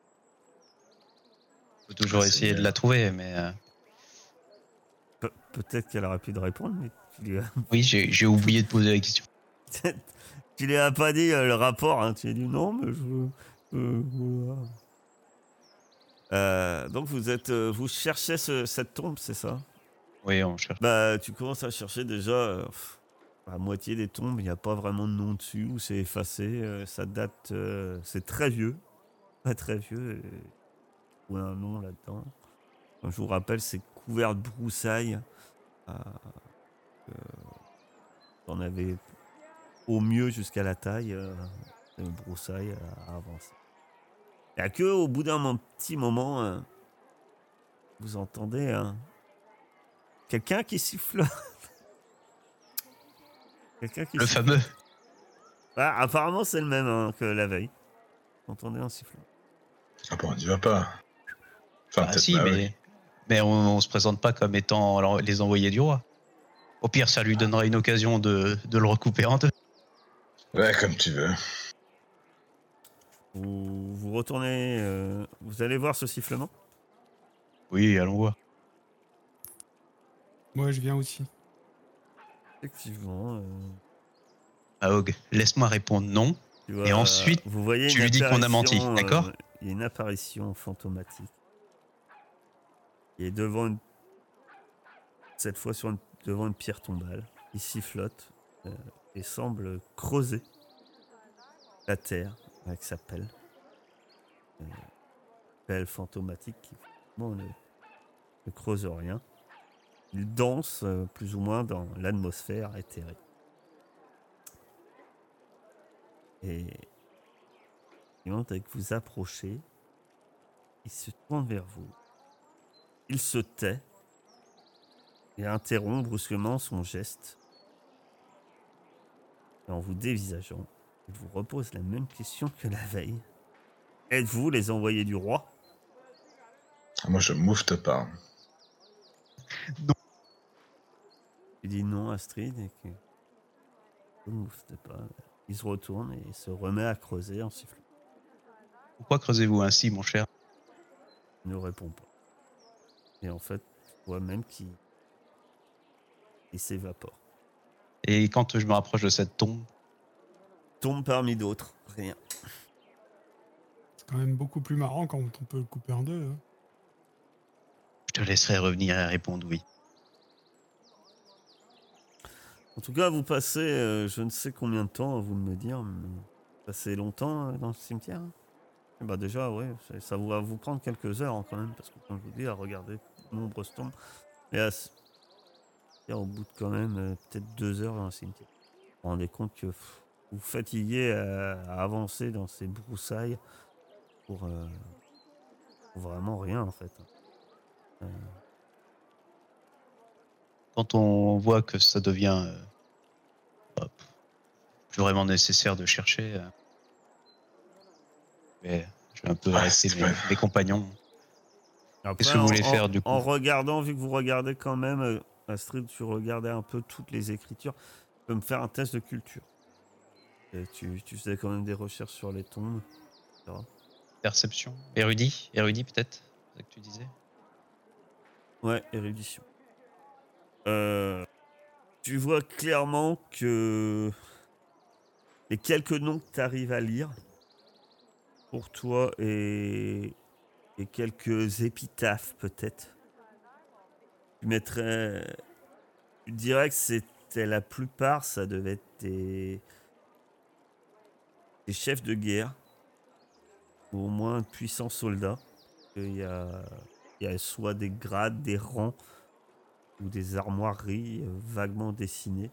On peut toujours
C'est
essayer de
bien.
la trouver, mais
Peut-être qu'elle aurait pu te répondre, mais tu lui as,
oui, j'ai oublié de poser la question.
tu lui as pas dit le rapport. Hein. Tu lui as dit non, mais je veux. Voilà. Donc vous cherchez cette tombe, c'est ça?
Oui, on cherche.
Bah, tu commences à chercher déjà la moitié des tombes, il n'y a pas vraiment de nom dessus ou c'est effacé. Ça date, c'est très vieux, très très vieux. Ou un nom là-dedans. Comme je vous rappelle, c'est couvert de broussailles. On avait au mieux jusqu'à la taille de broussailles à avancer. Il n'y a que au bout d'un petit moment, vous entendez quelqu'un qui siffle. Quelqu'un qui
Le
siffle.
fameux.
Ah, apparemment, c'est le même hein, que la veille. Vous entendez un sifflement.
Ah bon, tu vas pas. Enfin,
Ah
peut-être
si,
pas, oui.
mais on se présente pas comme étant les envoyés du roi. Au pire, ça lui donnera une occasion de le recouper en deux.
Ouais, comme tu veux.
Vous retournez, vous allez voir ce sifflement.
Oui, allons voir.
Moi, je viens aussi.
Effectivement.
Aog, laisse-moi répondre non.
Tu vois,
Et ensuite,
vous voyez
tu
une
lui dis qu'on a menti,
apparition,
d'accord?
il y a une apparition fantomatique. Il est devant cette fois devant une pierre tombale. Il sifflote et semble creuser la terre avec sa pelle. Pelle fantomatique qui finalement ne creuse rien. Il danse plus ou moins dans l'atmosphère éthérée. Et dès que vous approchez, il se tourne vers vous. Il se tait et interrompt brusquement son geste. Et en vous dévisageant, il vous repose la même question que la veille. Êtes-vous les envoyés du roi?
Moi, je moufte pas.
Tu dis non, Astrid, et que vous ne moufte pas. Il se retourne et se remet à creuser en sifflant.
Pourquoi creusez-vous ainsi, mon cher?
Il ne répond pas. Et en fait, tu vois même qu'il s'évapore.
Et quand je me rapproche de cette tombe,
Tombe parmi d'autres, rien.
C'est quand même beaucoup plus marrant quand on peut le couper en deux. Hein.
je te laisserai revenir et répondre oui.
En tout cas, vous passez je ne sais combien de temps, à vous de me dire, mais vous passez longtemps dans le cimetière. Hein. Et bah déjà, oui, ça va vous prendre quelques heures hein, quand même, parce que comme je vous dis, à regarder de nombreuses tombes, et au bout de quand même peut-être 2 heures dans le cimetière. Vous vous rendez compte que vous fatiguez à avancer dans ces broussailles pour vraiment rien en fait.
Quand on voit que ça devient plus vraiment nécessaire de chercher, mais je vais un peu arrêter mes compagnons.
Après,
Qu'est-ce que vous voulez faire du coup?
En regardant, vu que vous regardez quand même, Astrid, tu regardais un peu toutes les écritures, tu peux me faire un test de culture. Et tu faisais quand même des recherches sur les tombes, etc.
Perception? Érudit peut-être? C'est ça que tu disais?
Ouais, érudition. Tu vois clairement que les quelques noms que tu arrives à lire, pour toi, et quelques épitaphes peut-être, tu dirais que c'était la plupart, ça devait être des chefs de guerre, ou au moins de puissants soldats. Il y a soit des grades, des rangs, ou des armoiries vaguement dessinées.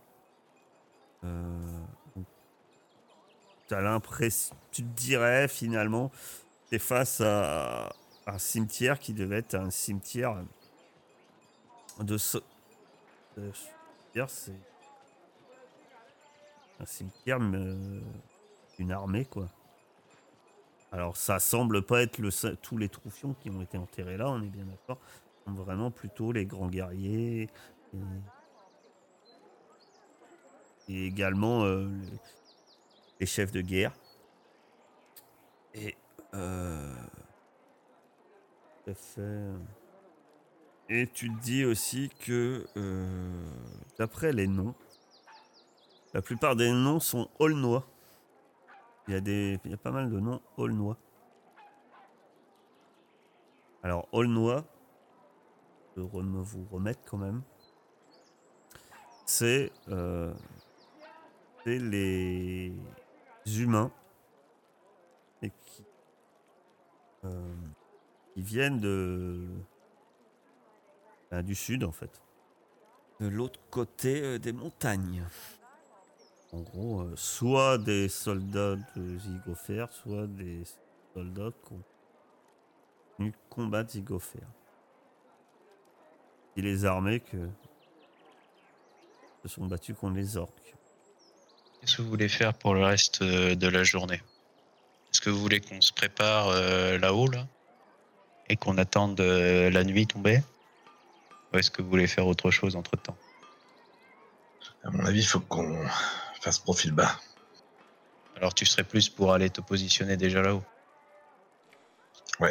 T'as l'impression, tu te dirais finalement, t'es face à un cimetière qui devait être un cimetière c'est un cimetière d'une armée quoi. Alors ça semble pas être tous les troufions qui ont été enterrés là, on est bien d'accord. Ce sont vraiment plutôt les grands guerriers et également les chefs de guerre. Et ça fait... Et tu te dis aussi que d'après les noms, la plupart des noms sont aulnois. Il y a pas mal de noms aulnois. Alors aulnois, je vais vous remettre quand même. C'est les humains et qui viennent du sud en fait. De l'autre côté des montagnes. En gros, soit des soldats de Zygopher, soit des soldats qui ont venu combattre Zygopher. Et les armées que se sont battues contre les orques.
Qu'est-ce que vous voulez faire pour le reste de la journée? Est-ce que vous voulez qu'on se prépare là-haut là, et qu'on attende la nuit tomber? Ou est-ce que vous voulez faire autre chose entre-temps?
À mon avis, il faut qu'on fasse profil bas.
Alors tu serais plus pour aller te positionner déjà là-haut?
Ouais.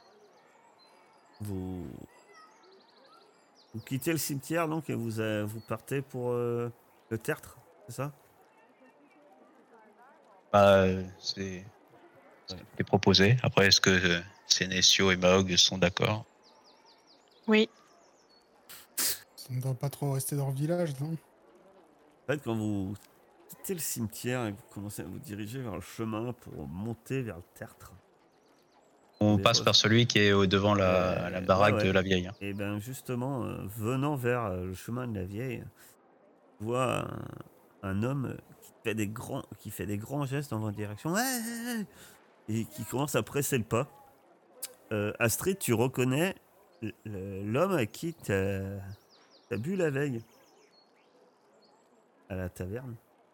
Vous quittez le cimetière donc et vous partez pour le tertre, c'est ça?
C'est proposé. Après, est-ce que Sénécio et Maog sont d'accord?
Oui.
Ça ne doit pas trop rester dans le village, non?
En fait, quand vous quittez le cimetière et que vous commencez à vous diriger vers le chemin pour monter vers le tertre,
On passe par celui qui est devant la baraque
ouais.
de la vieille.
Et bien justement, venant vers le chemin de la vieille, tu vois un homme qui qui fait des grands gestes dans votre direction. Ouais, ouais, ouais, et qui commence à presser le pas. Astrid, tu reconnais l'homme à qui t'as bu la veille à la taverne.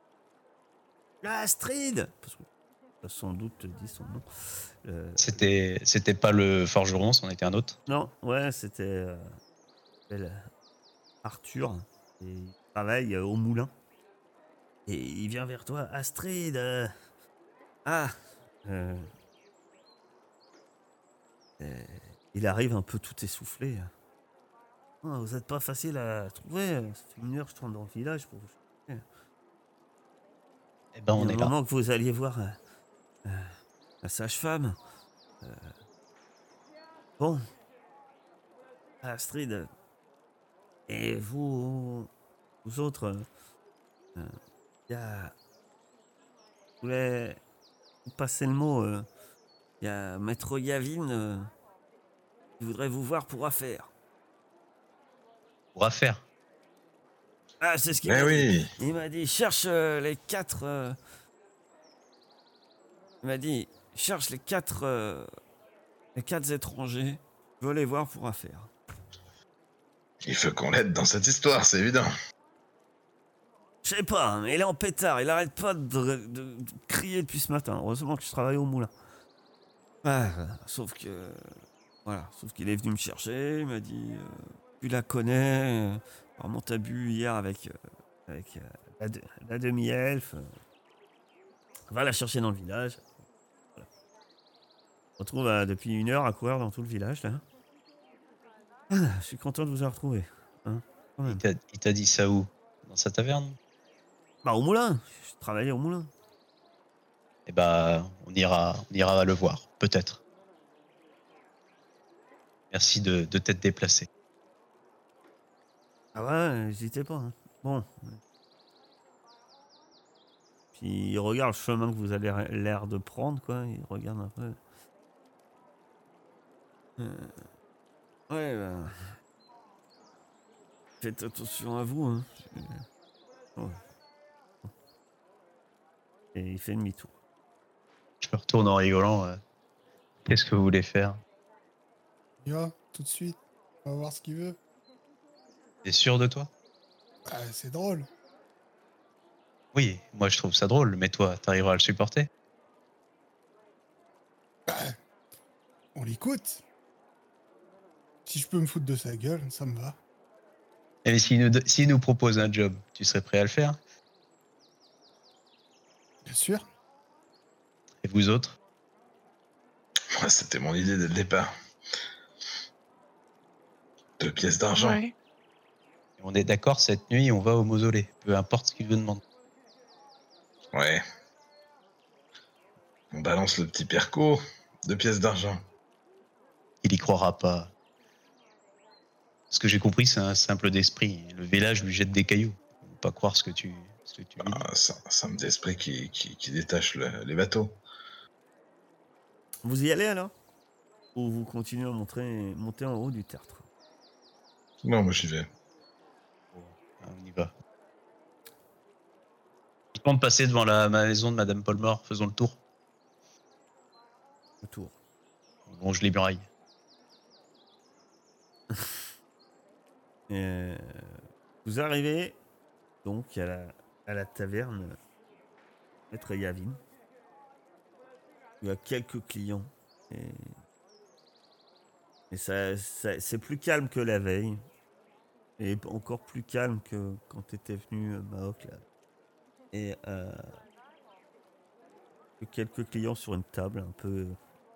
Astrid, parce que t'as sans doute dit son nom.
C'était pas le forgeron, c'en était un autre.
Non, ouais, c'était Arthur. Et il travaille au moulin. Et il vient vers toi. Astrid. Ah. euh, il arrive un peu tout essoufflé. Ah, vous n'êtes pas facile à trouver. Ça fait 1 heure que je tourne dans le village pour vous chercher.
Eh ben,
Il y
on
a un
est là.
moment que vous alliez voir la sage-femme. Bon. Astrid. Et vous autres, il y a... Je voulais vous passer le mot. Il y a Maître Yavin qui voudrait vous voir pour affaire.
Pour affaire.
Ah, c'est ce qu'il
Mais
m'a dit.
oui.
Il m'a dit, cherche les 4... Il m'a dit, cherche les 4 étrangers. Je veux les voir pour affaire.
Il faut qu'on l'aide dans cette histoire, c'est évident.
Je sais pas, mais il est en pétard. Il arrête pas de crier depuis ce matin. Heureusement que je travaille au moulin. Ah, sauf que... Voilà, sauf qu'il est venu me chercher. Il m'a dit, tu la connais. Apparemment, t'as bu hier avec la demi-elfe. Va la chercher dans le village. Voilà. On se retrouve depuis 1 heure à courir dans tout le village, là. Ah, je suis content de vous avoir retrouvé. Hein, quand même.
Il t'a dit ça où? Dans sa taverne?
Bah, au moulin. Je travaillais au moulin.
Eh ben, on ira le voir, peut-être. Merci de t'être déplacé.
Ah ouais, n'hésitez pas. Hein. Bon. Puis il regarde le chemin que vous avez l'air de prendre, quoi. Il regarde un peu. Ouais, bah... Faites attention à vous, hein. Ouais. Et il fait demi-tour.
Je me retourne en rigolant. Qu'est-ce que vous voulez faire?
Il va, tout de suite. On va voir ce qu'il veut.
T'es sûr de toi?
Ah, c'est drôle.
Oui, moi je trouve ça drôle, mais toi, t'arriveras à le supporter?
On l'écoute. Si je peux me foutre de sa gueule, ça me va.
Et s'il nous propose un job, tu serais prêt à le faire?
Bien sûr.
Et vous autres?
Moi, c'était mon idée dès le départ. 2 pièces d'argent.
Ouais.
Et on est d'accord, cette nuit, on va au mausolée, peu importe ce qu'il nous demande.
Ouais. On balance le petit Perco. 2 pièces d'argent.
Il y croira pas. Ce que j'ai compris, c'est un simple d'esprit. Le village lui jette des cailloux. On peut pas croire ce que tu lui dis.
C'est un simple d'esprit qui détache les bateaux.
Vous y allez alors? Ou vous continuez à monter en haut du tertre?
Non, moi j'y vais.
On y va. Je compte passer devant la maison de Madame Paulmore. Faisons le tour.
Le tour.
Bon, je les murailles.
Vous arrivez donc à la taverne Maître Yavin. Il y a quelques clients. Et ça, c'est plus calme que la veille. Et encore plus calme que quand t'étais venu, Maok, là. Et quelques clients sur une table un peu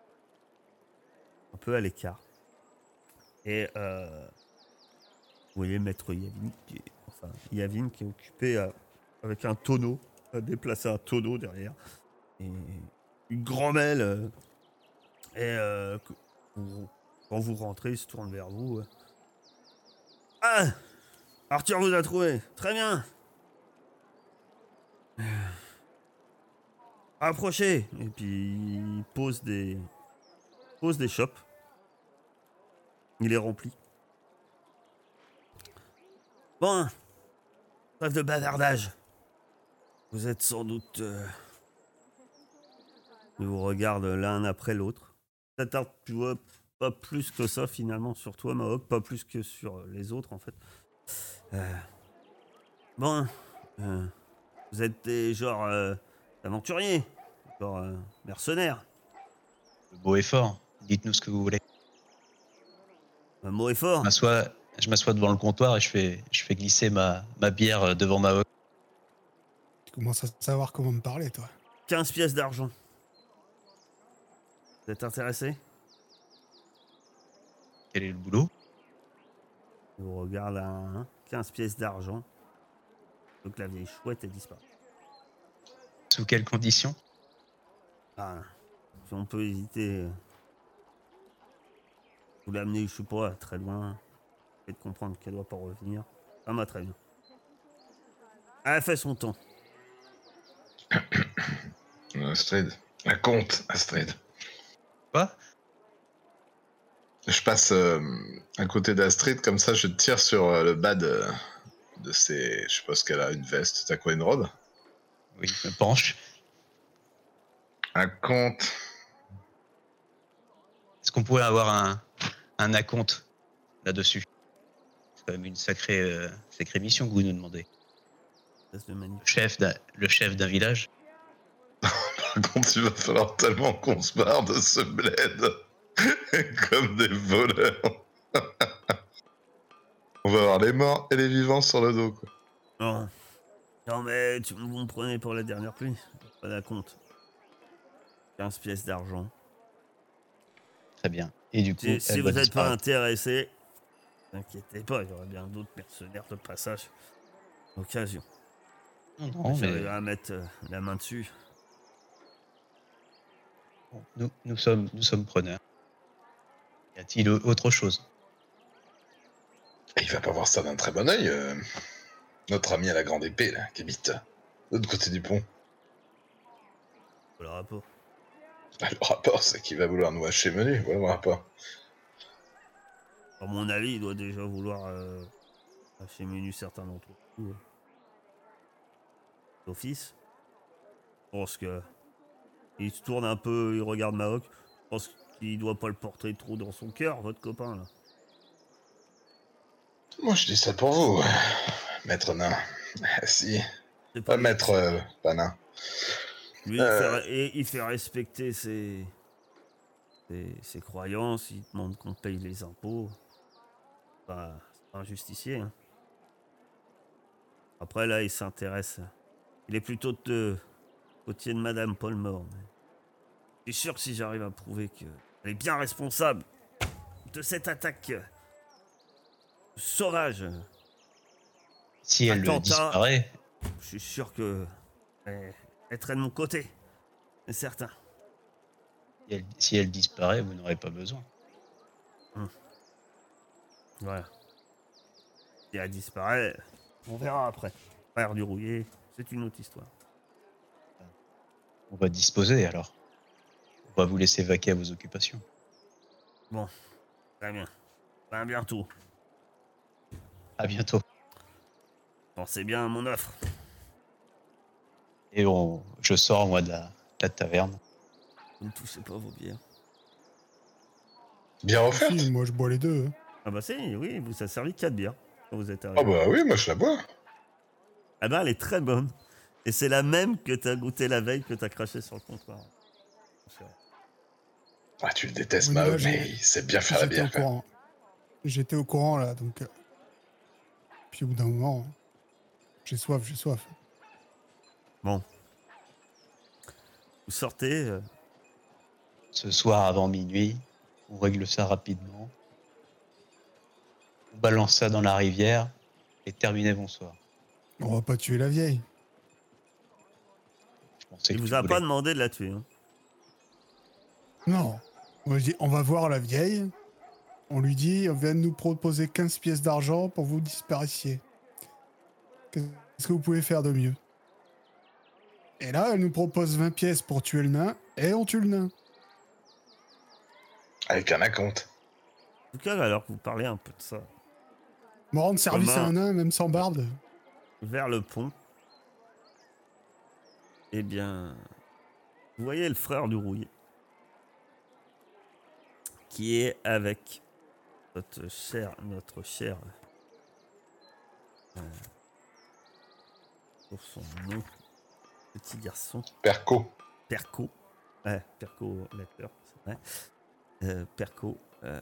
à l'écart. Et vous voyez Maître Yavin Yavin qui est occupé avec un tonneau, à déplacer un tonneau derrière. Et une grandelle. Quand vous rentrez, il se tourne vers vous. Ah, Arthur vous a trouvé. Très bien. Approchez. Et puis il pose des chopes. Il est rempli. Bon, trêve de bavardage. Vous êtes sans doute... Ils vous regardent l'un après l'autre. Ça tarde, tu vois, pas plus que ça finalement sur toi, Mahawk, pas plus que sur les autres en fait. Euh, Bon, vous êtes des genre aventuriers, genre mercenaires.
Le mot est fort. Dites-nous ce que vous voulez.
Un mot est
Je
fort.
m'assois devant le comptoir et je fais glisser ma bière devant ma hoque.
Tu commences à savoir comment me parler, toi.
15 pièces d'argent. Vous êtes intéressé?
Quel est le boulot?
Je vous regarde à 15 pièces d'argent. Donc la vieille chouette est disparue.
Sous quelles conditions?
Ah, si on peut hésiter, vous l'amener, je sais pas, très loin. Et de comprendre qu'elle doit pas revenir. Ça m'a très bien. Elle fait son temps.
Astrid. Un compte, Astrid.
Quoi?
Je passe à côté d'Astrid, comme ça je tire sur le bas de ses... Je suppose qu'elle a une veste. T'as quoi, une robe?
Oui, je me penche.
Un compte.
Est-ce qu'on pourrait avoir un acompte là-dessus? C'est quand même une sacrée mission que vous nous demandez.
Ça se manipule.
Le chef d'un village?
Par contre, il va falloir tellement qu'on se barre de ce bled. Comme des voleurs. On va avoir les morts et les vivants sur le dos, quoi.
Non. Non mais vous me prenez pour la dernière pluie. Pas d'acompte. 15 pièces d'argent.
Très bien. Et du coup,
Si vous n'êtes pas intéressé, n'inquiétez pas, il y aura bien d'autres mercenaires de passage. Occasion.
Non, mais
J'arrive à mettre la main dessus.
bon, nous sommes preneurs. Y a-t-il autre chose?
Et il va pas voir ça d'un très bon oeil, notre ami à la grande épée, là, qui habite de l'autre côté du pont.
Le rapport.
Le rapport, c'est qu'il va vouloir nous hacher menu, voilà le rapport.
À mon avis, il doit déjà vouloir acheter menu certains d'entre vous. D'office. Je pense que il se tourne un peu, il regarde Mahawk. Je pense qu'il doit pas le porter trop dans son cœur, votre copain là.
Moi, je dis ça pour vous, maître nain. Si,
C'est
pas
lui
maître pas nain.
Lui, il fait respecter ses croyances, il demande qu'on paye les impôts. Bah, c'est pas un justicier. Hein. Après, là, il s'intéresse. Il est plutôt côté de Madame Paulmore. Je suis sûr que si j'arrive à prouver qu'elle est bien responsable de cette attaque sauvage,
Si elle
attentat,
disparaît,
je suis sûr que elle serait de mon côté. C'est certain.
si elle disparaît, vous n'aurez pas besoin.
Voilà. Si elle disparaît, on verra après. Frère du rouillé, c'est une autre histoire.
On va disposer alors. On va vous laisser vaquer à vos occupations.
Bon, très bien. À bientôt.
À bientôt.
Pensez bien à mon offre.
Et je sors moi de la taverne.
Vous ne touchez pas vos bières.
Bien offerte?
Si, moi je bois les deux. Hein.
Ah bah si, oui, vous a servi 4 bières quand vous êtes
Ah
arrivé.
bah oui, moi je la bois.
Ah bah elle est très bonne. Et c'est la même que t'as goûté la veille que t'as craché sur le comptoir.
Ah, tu le détestes,
Oui, mais là,
Mao, mais il sait bien faire la
J'étais au
bière, quoi.
courant. J'étais au courant là, donc. Puis au bout d'un moment, j'ai soif.
Bon. Vous sortez.
Ce soir avant minuit, on règle ça rapidement. On balance ça dans la rivière et terminé, bonsoir.
On va pas tuer la vieille.
Je pensais
Il
que
vous
tu
a
voulais.
pas demandé de la tuer. Hein.
Non. On va voir la vieille. On lui dit, on vient de nous proposer 15 pièces d'argent pour vous disparaissiez. Qu'est-ce que vous pouvez faire de mieux? Et là, elle nous propose 20 pièces pour tuer le nain, et on tue le nain.
Avec un acompte.
En tout cas, alors que vous parlez un peu de ça,
Me rendre service
Romain.
à un nain, même sans barbe.
vers le pont, Eh bien, vous voyez le frère du rouillé qui est avec notre cher, pour son nom, petit garçon,
Perco.
Perco. Ouais, Perco, l'acteur, c'est vrai. Perco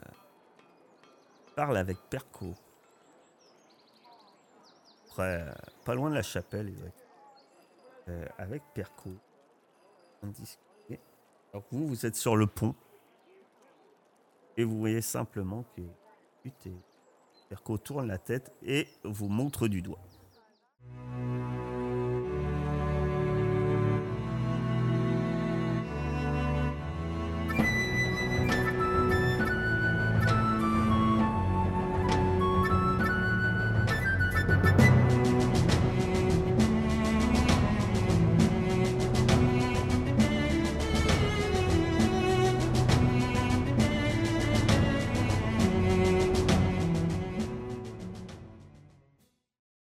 parle avec Perco. Après, pas loin de la chapelle, avec Perco. On discutait. Alors vous êtes sur le pont et vous voyez simplement que Perco tourne la tête et vous montre du doigt.